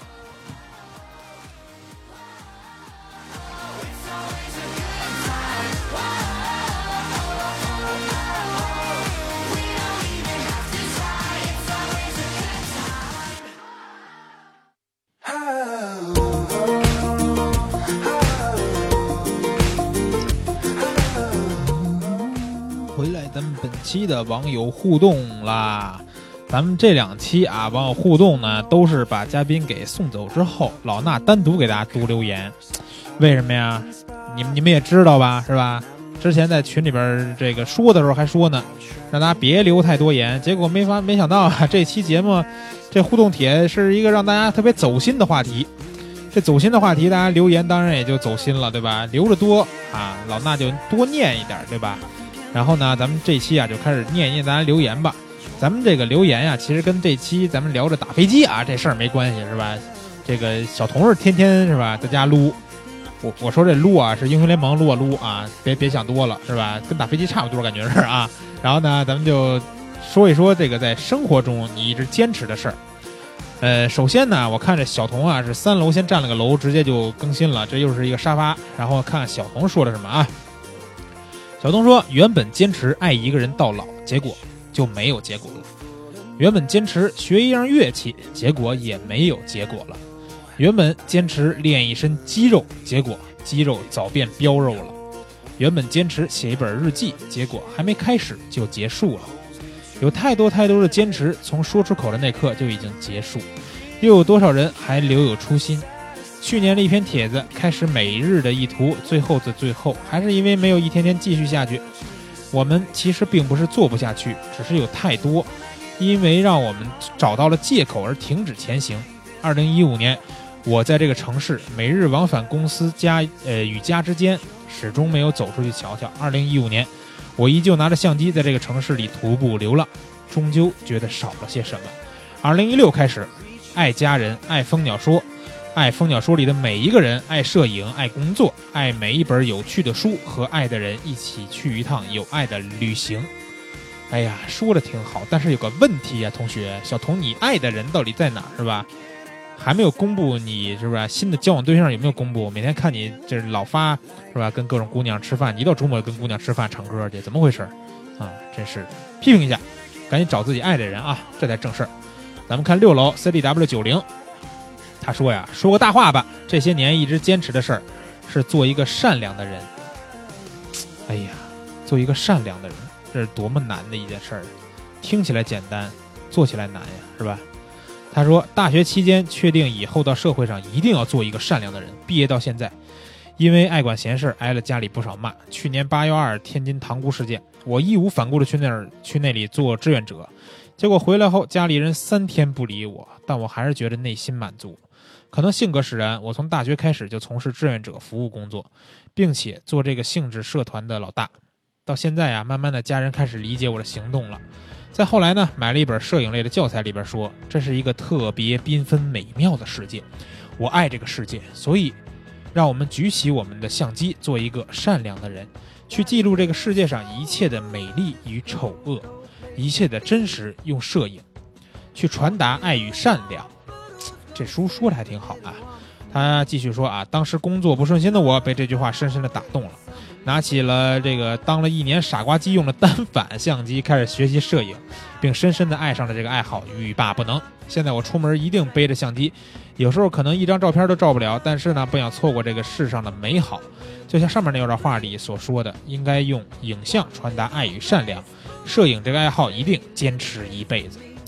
回来咱们本期的网友互动啦，咱们这2期啊，网友互动呢都是把嘉宾给送走之后，老衲单独给大家读留言。为什么呀？你们也知道吧，是吧？之前在群里边这个说的时候还说呢，让大家别留太多言，结果没想到啊，这期节目这互动帖是一个让大家特别走心的话题。这走心的话题，大家留言当然也就走心了，对吧？留着多啊，老衲就多念一点，对吧？然后呢，咱们这期啊就开始念一念大家留言吧。咱们这个留言呀，其实跟这期咱们聊着打飞机啊这事儿没关系，是吧？这个小童是天天是吧在家撸，我说这撸啊是英雄联盟撸啊撸啊，别想多了，是吧？跟打飞机差不多感觉是啊。然后呢，咱们就说一说这个在生活中你一直坚持的事儿。首先呢，我看这小童啊是3楼先占了个楼，直接就更新了，这又是一个沙发。然后看看小童说了什么啊？小童说，原本坚持爱一个人到老，结果就没有结果了。原本坚持学一样乐器，结果也没有结果了。原本坚持练一身肌肉，结果肌肉早变膘肉了。原本坚持写一本日记，结果还没开始就结束了。有太多的坚持，从说出口的那刻就已经结束，又有多少人还留有初心？去年的一篇帖子，开始每日的一图，最后的最后，还是因为没有一天天继续下去。我们其实并不是做不下去，只是有太多，因为让我们找到了借口而停止前行。2015年，我在这个城市每日往返公司与家之间，始终没有走出去瞧瞧。2015年，我依旧拿着相机在这个城市里徒步流浪，终究觉得少了些什么。2016开始，爱家人，爱蜂鸟说，爱蜂鸟说里的每一个人，爱摄影，爱工作，爱每一本有趣的书，和爱的人一起去一趟有爱的旅行。哎呀，说的挺好，但是有个问题啊，同学小童，你爱的人到底在哪儿，是吧？还没有公布你是不是新的交往对象有没有公布？每天看你这老发是吧，跟各种姑娘吃饭，一到周末跟姑娘吃饭唱歌去，怎么回事啊？真是批评一下，赶紧找自己爱的人啊，这才正事儿。咱们看6楼 CDW90， 他说呀，说个大话吧，这些年一直坚持的事儿是做一个善良的人。哎呀，做一个善良的人，这是多么难的一件事儿，听起来简单，做起来难呀，是吧？他说，大学期间确定以后到社会上一定要做一个善良的人。毕业到现在，因为爱管闲事挨了家里不少骂。去年812天津塘沽事件，我义无反顾的去那里做志愿者，结果回来后家里人3天不理我，但我还是觉得内心满足。可能性格使然，我从大学开始就从事志愿者服务工作，并且做这个性质社团的老大。到现在啊，慢慢的家人开始理解我的行动了。再后来呢，买了一本摄影类的教材，里边说这是一个特别缤纷美妙的世界，我爱这个世界，所以让我们举起我们的相机，做一个善良的人，去记录这个世界上一切的美丽与丑恶，一切的真实，用摄影去传达爱与善良。这书说的还挺好啊。他继续说啊，当时工作不顺心的我被这句话深深的打动了，拿起了这个当了1年傻瓜机用的单反相机，开始学习摄影，并深深的爱上了这个爱好，欲罢不能。现在我出门一定背着相机，有时候可能1张照片都照不了，但是呢，不想错过这个世上的美好。就像上面那段话里所说的，应该用影像传达爱与善良，摄影这个爱好一定坚持一辈子。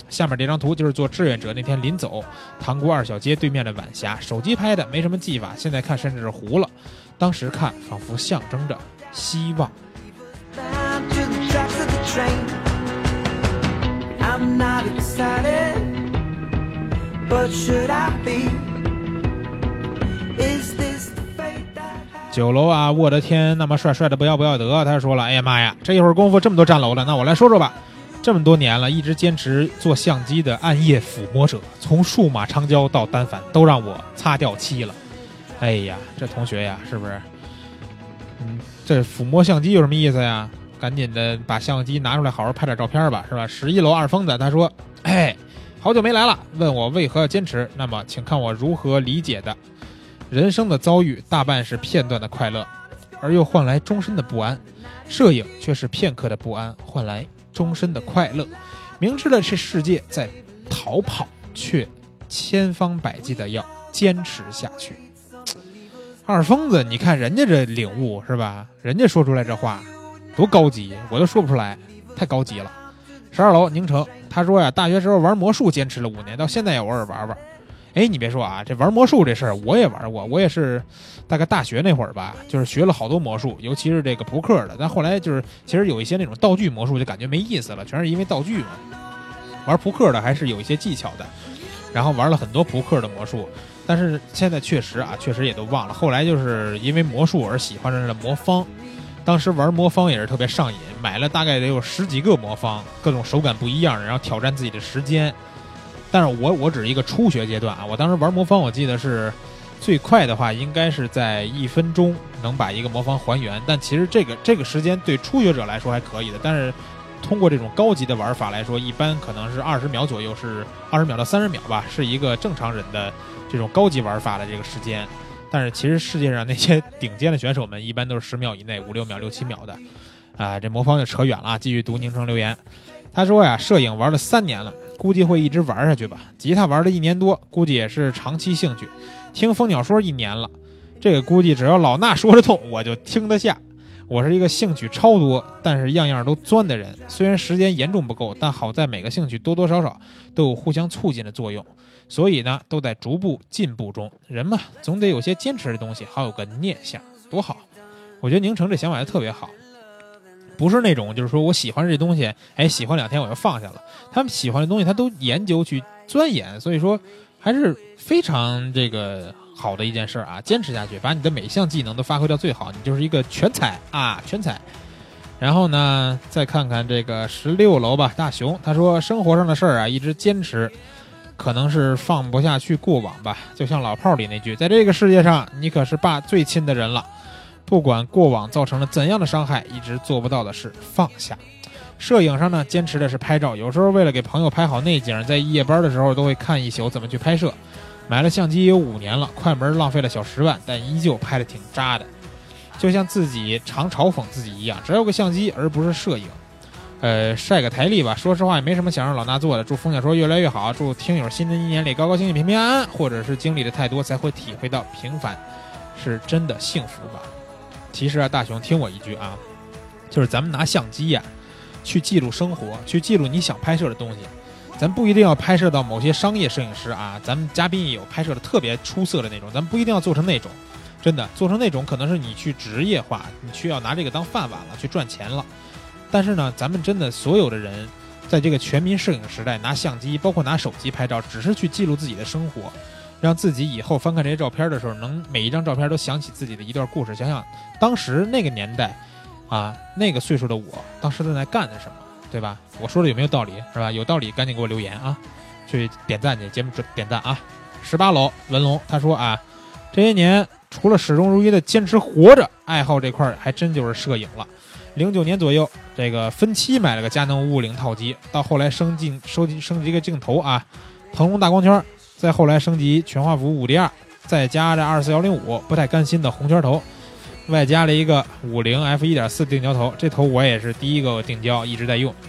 下面这张图就是做志愿者那天临走，塘沽2小街对面的晚霞，手机拍的，没什么技法，现在看甚至是糊了，当时看仿佛象征着希望。9楼啊，我的天，那么帅，帅的不要不要得。他说了，哎呀妈呀，这一会儿功夫这么多站楼了，那我来说说吧。这么多年了，一直坚持做相机的暗夜抚摸者，从数码长焦到单反，都让我擦掉漆了。哎呀，这同学呀，是不是？这抚摸相机有什么意思呀？赶紧的把相机拿出来，好好拍点照片吧，是吧？11楼二疯子他说，哎，好久没来了，问我为何要坚持，那么请看我如何理解的。人生的遭遇大半是片段的快乐，而又换来终身的不安，摄影却是片刻的不安换来终身的快乐。明知了这世界在逃跑，却千方百计的要坚持下去。二疯子，你看人家这领悟是吧？人家说出来这话多高级，我都说不出来，太高级了。12楼宁城他说呀，大学时候玩魔术坚持了5年，到现在也偶尔玩玩。哎，你别说啊，这玩魔术这事儿我也玩过，我也是大概大学那会儿吧，就是学了好多魔术，尤其是这个扑克的。但后来就是其实有一些那种道具魔术就感觉没意思了，全是因为道具嘛。玩扑克的还是有一些技巧的，然后玩了很多扑克的魔术，但是现在确实也都忘了。后来就是因为魔术而喜欢上了魔方，当时玩魔方也是特别上瘾，买了大概得有10几个魔方，各种手感不一样的，然后挑战自己的时间。但是我只是一个初学阶段啊，我当时玩魔方，我记得是最快的话应该是在1分钟能把一个魔方还原，但其实这个时间对初学者来说还可以的，但是通过这种高级的玩法来说，一般可能是20秒左右，是20秒到30秒吧，是一个正常人的这种高级玩法的这个时间。但是其实世界上那些顶尖的选手们一般都是10秒以内，5、6秒、6、7秒的。这魔方就扯远了，继续读宁城留言。他说呀，摄影玩了3年了，估计会一直玩下去吧。吉他玩了1年多，估计也是长期兴趣。听蜂鸟说1年了，这个估计只要老衲说得动，我就听得下。我是一个兴趣超多，但是样样都钻的人。虽然时间严重不够，但好在每个兴趣多多少少都有互相促进的作用，所以呢，都在逐步进步中。人嘛，总得有些坚持的东西，好有个念想，多好。我觉得宁城这想法就特别好。不是那种就是说我喜欢这东西，喜欢2天我就放下了。他们喜欢的东西他都研究去钻研，所以说还是非常这个好的一件事啊！坚持下去，把你的每项技能都发挥到最好，你就是一个全才啊，全才。然后呢，再看看这个16楼吧，大熊他说生活上的事儿啊，一直坚持，可能是放不下去过往吧。就像老炮里那句，在这个世界上，你可是爸最亲的人了。不管过往造成了怎样的伤害，一直做不到的是放下。摄影上呢，坚持的是拍照，有时候为了给朋友拍好内景，在夜班的时候都会看一宿怎么去拍摄。买了相机也有5年了，快门浪费了小10万，但依旧拍得挺渣的。就像自己常嘲讽自己一样，只要有个相机而不是摄影。晒个台历吧，说实话也没什么想让老衲做的。祝风小说越来越好，祝听友新的1年里高高兴兴、平平安安，或者是经历的太多才会体会到平凡是真的幸福吧。其实啊，大雄听我一句啊，就是咱们拿相机呀，去记录生活，去记录你想拍摄的东西。咱不一定要拍摄到某些商业摄影师啊，咱们嘉宾也有拍摄的特别出色的那种，咱们不一定要做成那种，真的做成那种可能是你去职业化，你需要拿这个当饭碗了，去赚钱了。但是呢，咱们真的所有的人在这个全民摄影时代，拿相机包括拿手机拍照，只是去记录自己的生活，让自己以后翻看这些照片的时候，能每一张照片都想起自己的一段故事，想想当时那个年代啊，那个岁数的我当时正在干的什么，对吧？我说的有没有道理，是吧？有道理赶紧给我留言啊，去点赞去，节目点赞啊。18楼文龙他说啊，这些年除了始终如一的坚持活着，爱好这块还真就是摄影了。09年左右，这个分期买了个佳能550套机，到后来升级个镜头啊，腾龙大光圈，再后来升级全画幅5:2，再加这24-105，不太甘心的红圈头，外加了一个50 f1.4 定焦头，这头我也是第一个定焦，一直在用。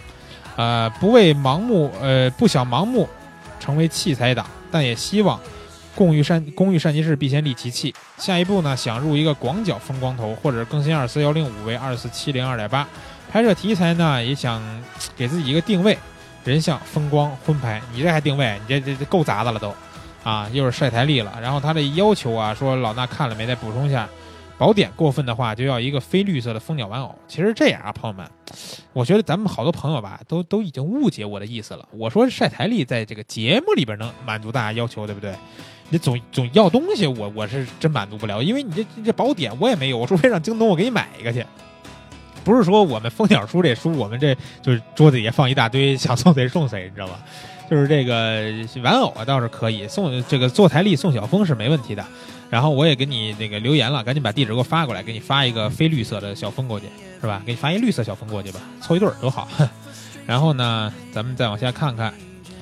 不想盲目成为器材党，但也希望工欲善其事，必先利其器。下一步呢，想入一个广角风光头，或者更新24-105为2470 2.8。拍摄题材呢，也想给自己一个定位， 人像、风光、婚拍，你这还定位，你这够杂的了都，啊，又是晒台历了。然后他这要求啊，说老衲看了没，再补充一下。宝典过分的话，就要一个非绿色的蜂鸟玩偶。其实这样啊，朋友们，我觉得咱们好多朋友吧，都已经误解我的意思了。我说晒台历在这个节目里边能满足大家要求，对不对？你总要东西，我是真满足不了，因为你这宝典我也没有，我除非让京东我给你买一个去。不是说我们蜂鸟书这书，我们这就是桌子也放一大堆，想送谁送谁，你知道吧？就是这个玩偶啊倒是可以送，这个做台历送小蜂是没问题的。然后我也给你那个留言了，赶紧把地址给我发过来，给你发一个非绿色的小蜂过去，是吧？给你发一绿色小蜂过去吧，凑一对儿多好。然后呢，咱们再往下看看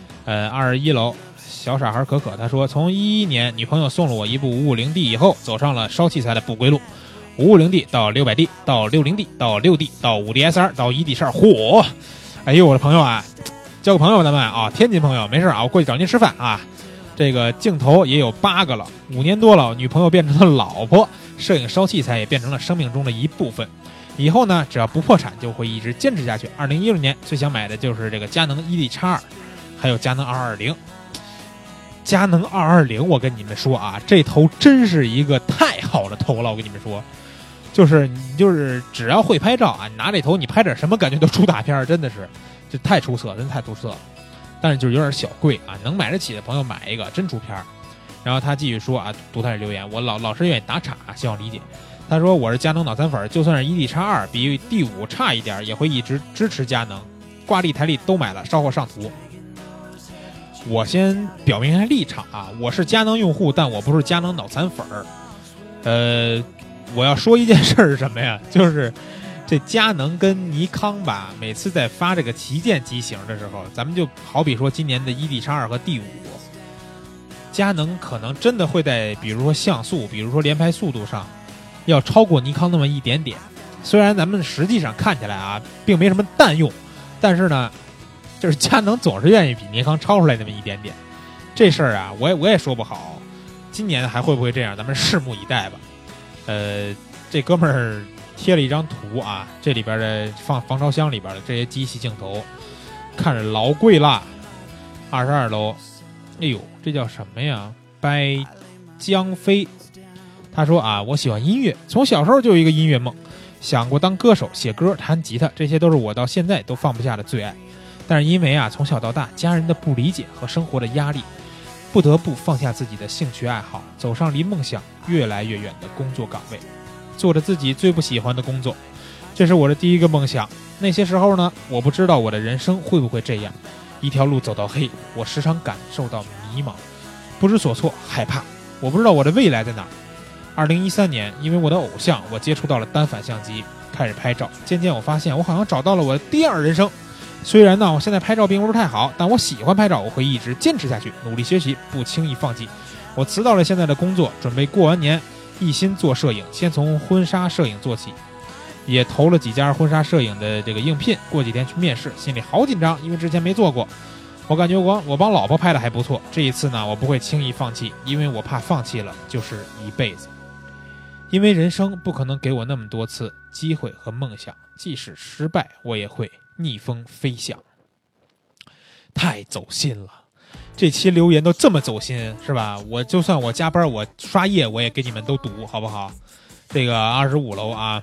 ，21楼小傻孩可可他说，从11年女朋友送了我一部550D以后，走上了烧器材的不归路。550D 到600D 到60D 到6D 到5DSR 到1D12，嚯！哎呦我的朋友啊，交个朋友咱们啊，天津朋友没事啊，我过去找您吃饭啊。这个镜头也有8个了，5年多了，女朋友变成了老婆，摄影烧器材也变成了生命中的一部分。以后呢，只要不破产，就会一直坚持下去。2016年最想买的就是这个佳能 ED-X2，还有佳能220。佳能220，我跟你们说啊，这头真是一个太好的头了，我跟你们说，就是只要会拍照啊，你拿这头你拍点什么感觉都出大片，真的是，这太出色，真太出色了。但是就是有点小贵啊，能买得起的朋友买一个，真出片。然后他继续说啊，读他的留言，我老是愿意打岔，希望理解。他说我是佳能脑残粉，就算是 ED-X2 比 D5 差一点，也会一直支持佳能。挂历台历都买了，稍后上图。我先表明一下立场啊，我是佳能用户，但我不是佳能脑残粉儿。我要说一件事是什么呀？就是这佳能跟尼康吧，每次在发这个旗舰机型的时候，咱们就好比说今年的 ED-X2 和 D5，佳能可能真的会在比如说像素，比如说连拍速度上，要超过尼康那么一点点。虽然咱们实际上看起来啊，并没什么蛋用，但是呢，就是佳能总是愿意比尼康超出来那么一点点。这事儿啊，我也说不好，今年还会不会这样，咱们拭目以待吧。这哥们儿贴了一张图啊，这里边的防潮箱里边的这些机器镜头，看着老贵啦。22楼，哎呦，这叫什么呀？白江飞，他说啊，我喜欢音乐，从小时候就有一个音乐梦，想过当歌手、写歌、弹吉他，这些都是我到现在都放不下的最爱。但是因为啊，从小到大家人的不理解和生活的压力，不得不放下自己的兴趣爱好，走上离梦想越来越远的工作岗位，做着自己最不喜欢的工作。这是我的第一个梦想。那些时候呢，我不知道我的人生会不会这样，一条路走到黑，我时常感受到迷茫，不知所措，害怕，我不知道我的未来在哪儿。2013年，因为我的偶像，我接触到了单反相机，开始拍照。渐渐我发现，我好像找到了我的第二人生。虽然呢，我现在拍照并不是太好，但我喜欢拍照，我会一直坚持下去，努力学习，不轻易放弃。我辞到了现在的工作，准备过完年一心做摄影，先从婚纱摄影做起，也投了几家婚纱摄影的这个应聘，过几天去面试，心里好紧张，因为之前没做过。我感觉我帮老婆拍的还不错，这一次呢，我不会轻易放弃，因为我怕放弃了就是一辈子。因为人生不可能给我那么多次机会和梦想，即使失败，我也会逆风飞翔。太走心了，这期留言都这么走心，是吧？我就算我加班，我刷夜，我也给你们都读，好不好？这个25楼啊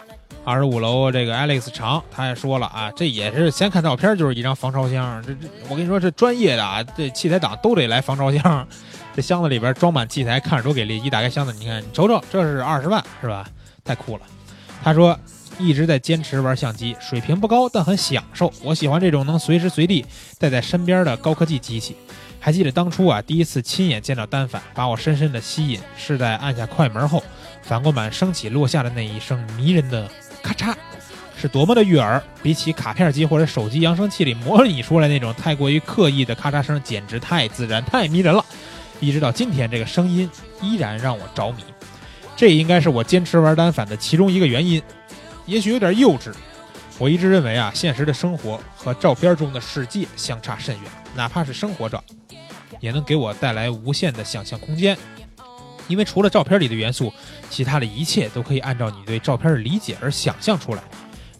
，25楼这个 Alex 长他也说了啊，这也是先看照片就是一张防潮箱，这我跟你说，这专业的啊，这器材党都得来防潮箱。这箱子里边装满器材，看着多给力！一打开箱子，你看，你瞅瞅，这是20万，是吧？太酷了。他说一直在坚持玩相机，水平不高，但很享受。我喜欢这种能随时随地带在身边的高科技机器。还记得当初啊，第一次亲眼见到单反，把我深深的吸引，是在按下快门后，反光板升起落下的那一声迷人的咔嚓，是多么的悦耳。比起卡片机或者手机扬声器里模拟出来那种太过于刻意的咔嚓声，简直太自然，太迷人了。一直到今天，这个声音依然让我着迷，这应该是我坚持玩单反的其中一个原因。也许有点幼稚，我一直认为啊，现实的生活和照片中的世界相差甚远，哪怕是生活照，也能给我带来无限的想象空间。因为除了照片里的元素，其他的一切都可以按照你对照片的理解而想象出来。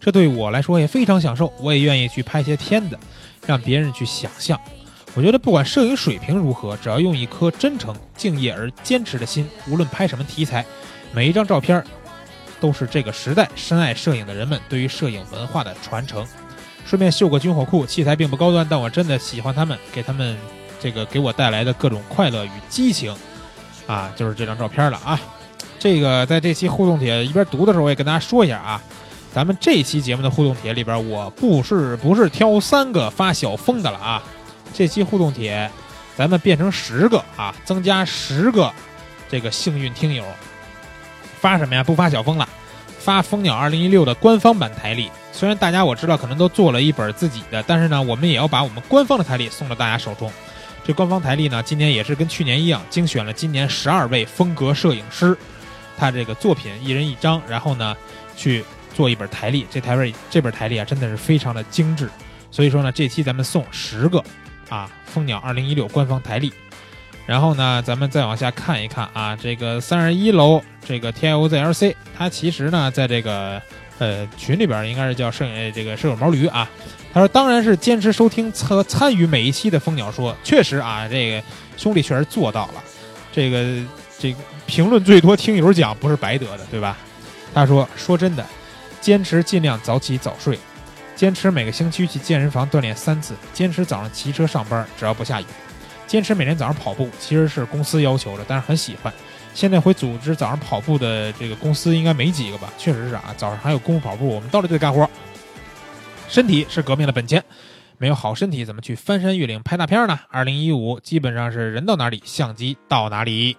这对我来说也非常享受，我也愿意去拍些片子，让别人去想象。我觉得不管摄影水平如何，只要用一颗真诚、敬业而坚持的心，无论拍什么题材，每一张照片都是这个时代深爱摄影的人们对于摄影文化的传承。顺便秀个军火库，器材并不高端，但我真的喜欢他们，给他们给我带来的各种快乐与激情啊，就是这张照片了啊。这个在这期互动帖一边读的时候，我也跟大家说一下啊，咱们这期节目的互动帖里边，我不是挑3个发小疯的了啊，这期互动帖咱们变成10个啊，增加10个这个幸运听友。发什么呀？不发小疯了，发蜂鸟2016的官方版台历。虽然大家我知道可能都做了一本自己的，但是呢，我们也要把我们官方的台历送到大家手中。这官方台历呢，今年也是跟去年一样，精选了今年12位风格摄影师，他这个作品一人一张，然后呢去做一本台历。这本台历啊，真的是非常的精致。所以说呢，这期咱们送10个啊蜂鸟2016官方台历。然后呢，咱们再往下看一看啊，这个31楼这个 TIOZLC， 他其实呢在这个群里边应该是叫摄友毛驴啊。他说当然是坚持收听和参与每一期的蜂鸟说，确实啊，这个兄弟确实做到了。这个评论最多听友奖不是白得的，对吧？他说真的，坚持尽量早起早睡，坚持每个星期去健身房锻炼3次，坚持早上骑车上班，只要不下雨。坚持每天早上跑步，其实是公司要求的，但是很喜欢。现在会组织早上跑步的这个公司应该没几个吧？确实是啊，早上还有功夫跑步，我们到了就得干活。身体是革命的本钱，没有好身体怎么去翻山越岭拍大片呢？2015基本上是人到哪里，相机到哪里。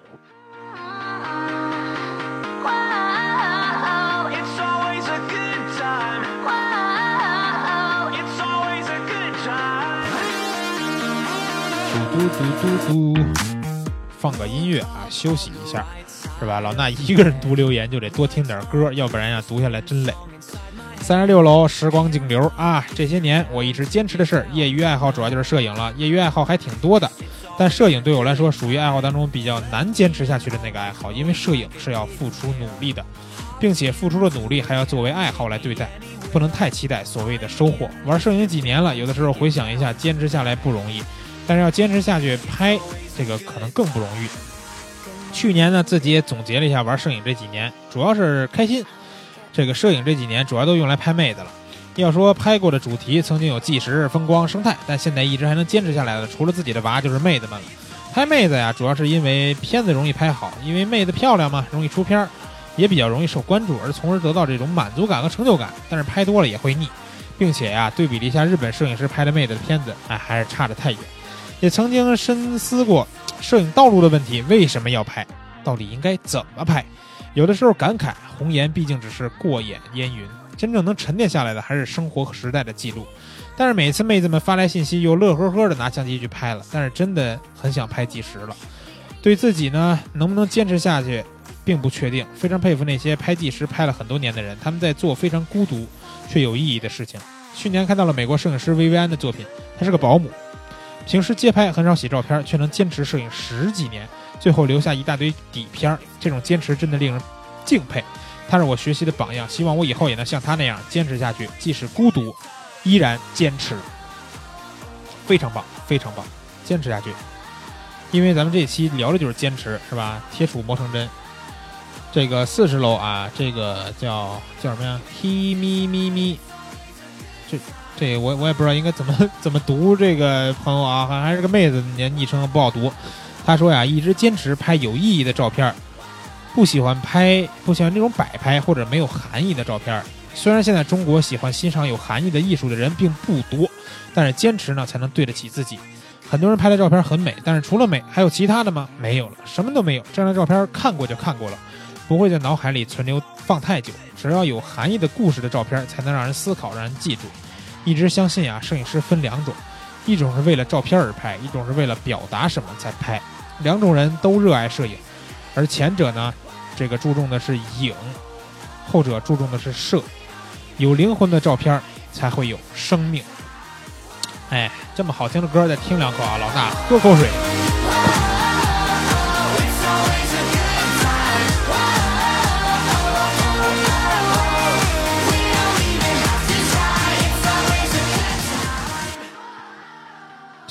放个音乐啊，休息一下，是吧？老衲一个人读留言就得多听点歌，要不然呀读下来真累。36楼时光静流啊，这些年我一直坚持的事，业余爱好主要就是摄影了。业余爱好还挺多的，但摄影对我来说属于爱好当中比较难坚持下去的那个爱好，因为摄影是要付出努力的，并且付出的努力还要作为爱好来对待，不能太期待所谓的收获。玩摄影几年了，有的时候回想一下，坚持下来不容易，但是要坚持下去拍这个可能更不容易。去年呢，自己也总结了一下玩摄影这几年，主要是开心。这个摄影这几年主要都用来拍妹子了。要说拍过的主题，曾经有纪实、风光、生态，但现在一直还能坚持下来的，除了自己的娃就是妹子们了。拍妹子呀，主要是因为片子容易拍好，因为妹子漂亮嘛，容易出片，也比较容易受关注，而从而得到这种满足感和成就感。但是拍多了也会腻，并且呀，对比了一下日本摄影师拍的妹子的片子，还是差得太远。也曾经深思过摄影道路的问题，为什么要拍？到底应该怎么拍？有的时候感慨，红颜毕竟只是过眼烟云，真正能沉淀下来的还是生活和时代的记录。但是每次妹子们发来信息，又乐呵呵的拿相机去拍了，但是真的很想拍纪实了。对自己呢，能不能坚持下去并不确定。非常佩服那些拍纪实拍了很多年的人，他们在做非常孤独却有意义的事情。去年看到了美国摄影师薇薇安的作品，她是个保姆，平时街拍很少洗照片，却能坚持摄影10几年，最后留下一大堆底片，这种坚持真的令人敬佩。他是我学习的榜样，希望我以后也能像他那样坚持下去，即使孤独依然坚持。非常棒，非常棒，坚持下去。因为咱们这期聊的就是坚持，是吧？铁杵磨成针。这个40楼啊，这个叫什么呀 ？He me me me， 这我也不知道应该怎么读这个朋友啊，还是个妹子，昵称不好读。他说呀，一直坚持拍有意义的照片，不喜欢那种摆拍或者没有含义的照片。虽然现在中国喜欢欣赏有含义的艺术的人并不多，但是坚持呢才能对得起自己。很多人拍的照片很美，但是除了美还有其他的吗？没有了，什么都没有。这样的照片看过就看过了，不会在脑海里存留放太久。只要有含义的故事的照片才能让人思考，让人记住。一直相信啊，摄影师分2种，一种是为了照片而拍，一种是为了表达什么才拍。2种人都热爱摄影，而前者呢，这个注重的是影，后者注重的是摄。有灵魂的照片才会有生命。哎，这么好听的歌再听2口啊，老大喝口水。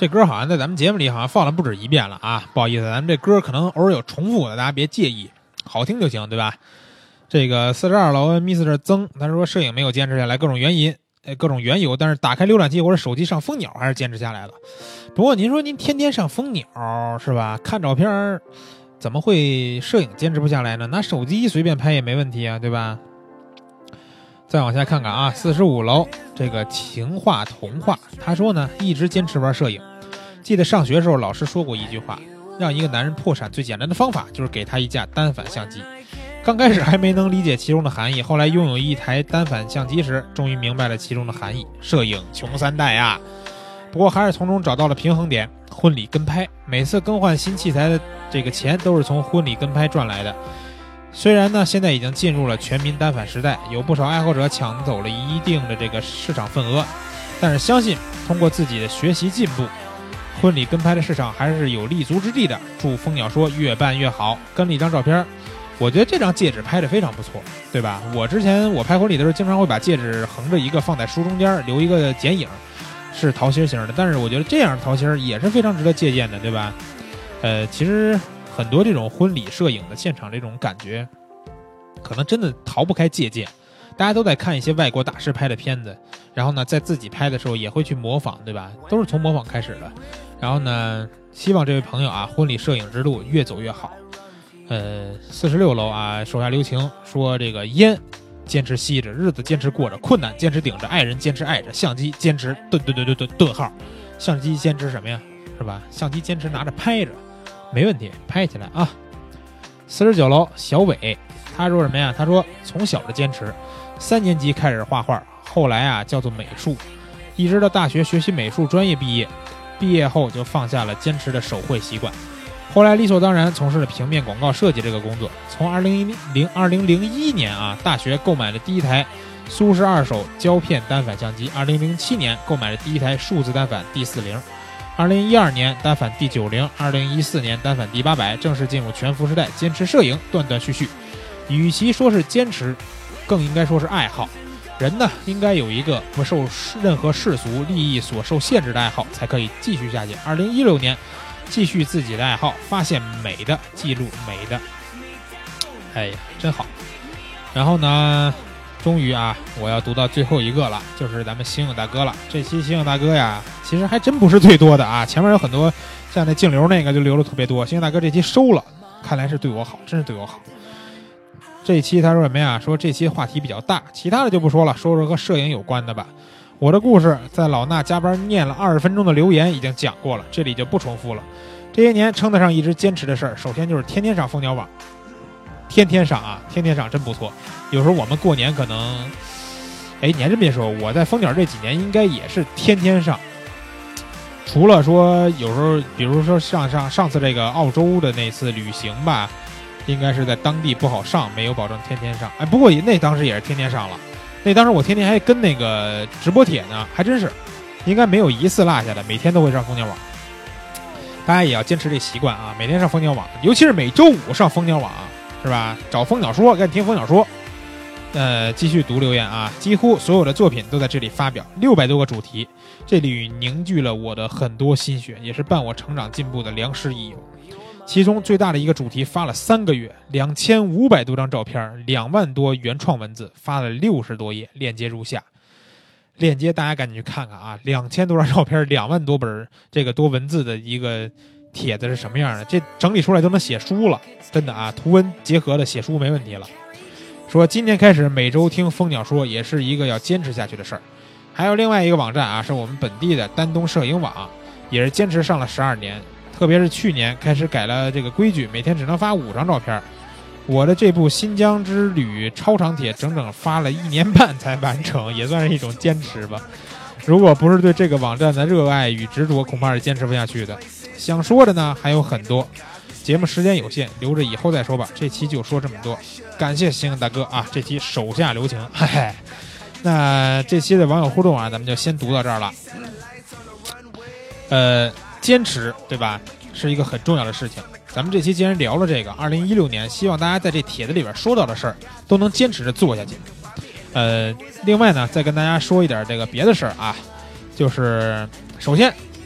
这歌好像在咱们节目里好像放了不止一遍了啊，不好意思，咱们这歌可能偶尔有重复的，大家别介意，好听就行，对吧？这个42楼 Mr. 曾他说摄影没有坚持下来，各种原因，各种缘由，但是打开浏览器或者手机上蜂鸟还是坚持下来了。不过您说您天天上蜂鸟是吧？看照片怎么会摄影坚持不下来呢？拿手机随便拍也没问题啊，对吧？再往下看看啊，45楼这个情话童话，他说呢一直坚持玩摄影。记得上学时候老师说过一句话，让一个男人破产最简单的方法就是给他一架单反相机。刚开始还没能理解其中的含义，后来拥有一台单反相机时终于明白了其中的含义，摄影穷三代啊。不过还是从中找到了平衡点，婚礼跟拍，每次更换新器材的这个钱都是从婚礼跟拍赚来的。虽然呢现在已经进入了全民单反时代，有不少爱好者抢走了一定的这个市场份额，但是相信通过自己的学习进步，婚礼跟拍的市场还是有立足之地的。祝蜂鸟说越办越好。跟了一张照片，我觉得这张戒指拍得非常不错，对吧？我之前我拍婚礼的时候经常会把戒指横着一个放在书中间，留一个剪影，是桃心型的，但是我觉得这样的桃心也是非常值得借鉴的，对吧？其实很多这种婚礼摄影的现场这种感觉可能真的逃不开借鉴，大家都在看一些外国大师拍的片子，然后呢在自己拍的时候也会去模仿，对吧？都是从模仿开始的。然后呢希望这位朋友啊婚礼摄影之路越走越好。46楼啊手下留情说，这个烟坚持吸着，日子坚持过着，困难坚持顶着，爱人坚持爱着，相机坚持顿号，相机坚持什么呀，是吧？相机坚持拿着拍着，没问题，拍起来啊。49楼小伟他说什么呀？他说从小的坚持，3年级开始画画，后来啊叫做美术，一直到大学学习美术专业毕业，毕业后就放下了坚持的手绘习惯，后来理所当然从事了平面广告设计这个工作。从2001年啊大学购买了第一台苏式2手胶片单反相机，2007年购买了第一台数字单反 D40，2012年单反 D90，2014年单反 D800，正式进入全幅时代，坚持摄影断断续续。与其说是坚持，更应该说是爱好。人呢应该有一个不受任何世俗利益所受限制的爱好，才可以继续下去。2016年继续自己的爱好，发现美的，记录美的。哎呀真好。然后呢终于啊我要读到最后一个了，就是咱们星影大哥了。这期星影大哥呀其实还真不是最多的啊，前面有很多像那净流那个就留了特别多，星影大哥这期收了，看来是对我好，真是对我好。这一期他说什么呀？说这期话题比较大，其他的就不说了，说说和摄影有关的吧。我的故事在老衲加班念了20分钟的留言已经讲过了，这里就不重复了。这些年称得上一直坚持的事儿，首先就是天天上蜂鸟网，天天上啊，天天上真不错。有时候我们过年可能，你还真别说，我在蜂鸟这几年应该也是天天上。除了说有时候，比如说上次这个澳洲的那次旅行吧，应该是在当地不好上，没有保证天天上。不过那当时也是天天上了，那当时我天天还跟那个直播帖呢，还真是，应该没有一次落下的，每天都会上蜂鸟网。大家也要坚持这习惯啊，每天上蜂鸟网，尤其是每周5上蜂鸟网，是吧？找蜂鸟说，赶紧听蜂鸟说。继续读留言啊，几乎所有的作品都在这里发表，600多个主题，这里凝聚了我的很多心血，也是伴我成长进步的良师益友。其中最大的一个主题发了3个月，2500多张照片，2万多原创文字，发了60多页，链接如下。链接大家赶紧去看看啊！2000多张照片，2万多本这个多文字的一个帖子是什么样的？这整理出来都能写书了，真的啊！图文结合的写书没问题了。说今天开始每周听蜂鸟说，也是一个要坚持下去的事儿。还有另外一个网站啊，是我们本地的丹东摄影网，也是坚持上了12年。特别是去年开始改了这个规矩，每天只能发5张照片。我的这部新疆之旅超长帖整整发了1年半才完成，也算是一种坚持吧。如果不是对这个网站的热爱与执着，恐怕是坚持不下去的。想说的呢还有很多，节目时间有限，留着以后再说吧。这期就说这么多，感谢星星大哥啊，这期手下留情。嘿嘿，那这期的网友互动啊，咱们就先读到这儿了。坚持对吧，是一个很重要的事情。咱们这期既然聊了这个2016年，希望大家在这帖子里边说到的事儿都能坚持着做下去。另外呢再跟大家说一点这个别的事儿啊，就是首先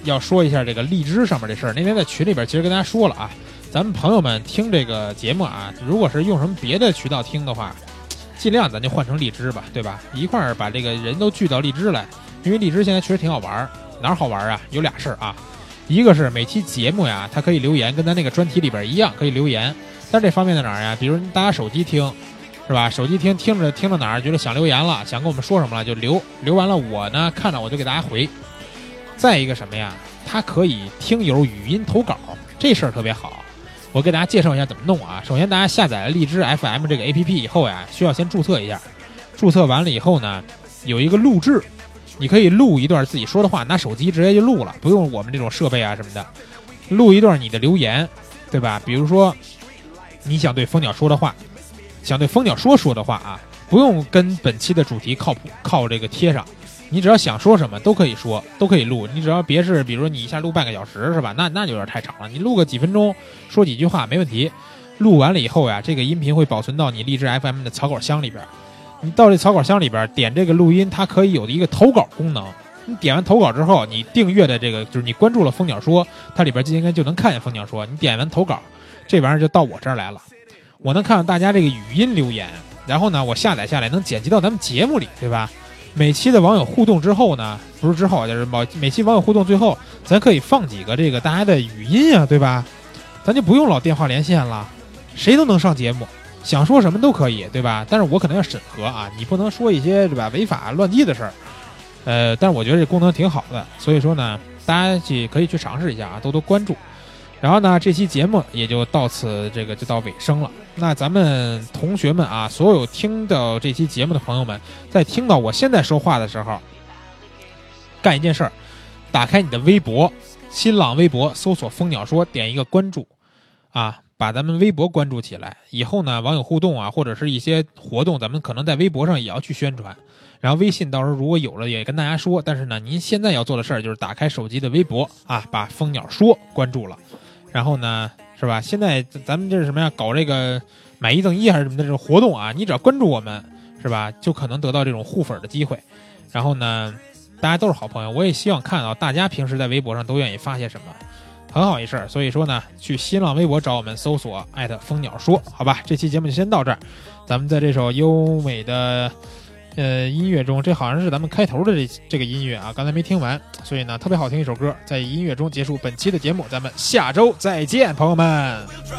要说一下这个荔枝上面这事儿。那天在群里边其实跟大家说了啊，咱们朋友们听这个节目啊，如果是用什么别的渠道听的话，尽量咱就换成荔枝吧，对吧？一块儿把这个人都聚到荔枝来，因为荔枝现在确实挺好玩。哪儿好玩啊？有俩事儿啊，一个是每期节目呀，它可以留言，跟咱那个专题里边一样可以留言。但是这方面在哪儿呀？比如大家手机听，是吧？手机听着哪儿觉得想留言了，想跟我们说什么了就留完了，我呢看到我就给大家回。再一个什么呀？它可以听友语音投稿，这事儿特别好。我给大家介绍一下怎么弄啊。首先大家下载了荔枝 FM 这个 APP 以后呀，需要先注册一下。注册完了以后呢，有一个录制，你可以录一段自己说的话，拿手机直接就录了，不用我们这种设备啊什么的。录一段你的留言，对吧？比如说你想对蜂鸟说的话，想对蜂鸟说的话啊，不用跟本期的主题靠这个贴上，你只要想说什么都可以说，都可以录。你只要别是比如说你一下录半个小时是吧？那就有点太长了。你录个几分钟，说几句话没问题。录完了以后呀，这个音频会保存到你荔枝 FM 的草稿箱里边。你到这草稿箱里边点这个录音，它可以有一个投稿功能。你点完投稿之后，你订阅的这个就是你关注了蜂鸟说，它里边应该就能看见蜂鸟说。你点完投稿，这玩意儿就到我这儿来了，我能看到大家这个语音留言，然后呢，我下载下来能剪辑到咱们节目里，对吧？每期的网友互动之后呢，不是之后，就是每期网友互动最后，咱可以放几个这个大家的语音啊，对吧？咱就不用老电话连线了，谁都能上节目，想说什么都可以，对吧？但是我可能要审核啊，你不能说一些对吧违法乱纪的事儿。但是我觉得这功能挺好的，所以说呢，大家可以去尝试一下啊，多多关注。然后呢，这期节目也就到此就到尾声了。那咱们同学们啊，所有听到这期节目的朋友们，在听到我现在说话的时候，干一件事儿，打开你的微博，新浪微博搜索蜂鸟说，点一个关注啊，把咱们微博关注起来。以后呢，网友互动啊，或者是一些活动，咱们可能在微博上也要去宣传。然后微信到时候如果有了也跟大家说。但是呢，您现在要做的事儿就是打开手机的微博啊，把蜂鸟说关注了。然后呢，是吧？现在咱们这是什么呀？搞这个买一赠一还是什么的这种活动啊？你只要关注我们，是吧？就可能得到这种互粉的机会。然后呢，大家都是好朋友，我也希望看到大家平时在微博上都愿意发些什么，很好一事儿。所以说呢，去新浪微博找我们搜索蜂鸟说，好吧？这期节目就先到这儿。咱们在这首优美的音乐中，这好像是咱们开头的这个音乐啊，刚才没听完，所以呢特别好听一首歌，在音乐中结束本期的节目，咱们下周再见，朋友们。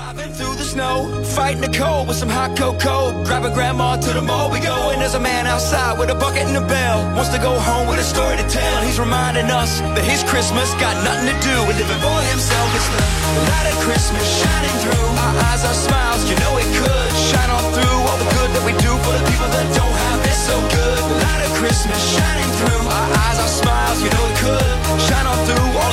So good, light of Christmas shining through our eyes, our smiles, you know it could shine on through.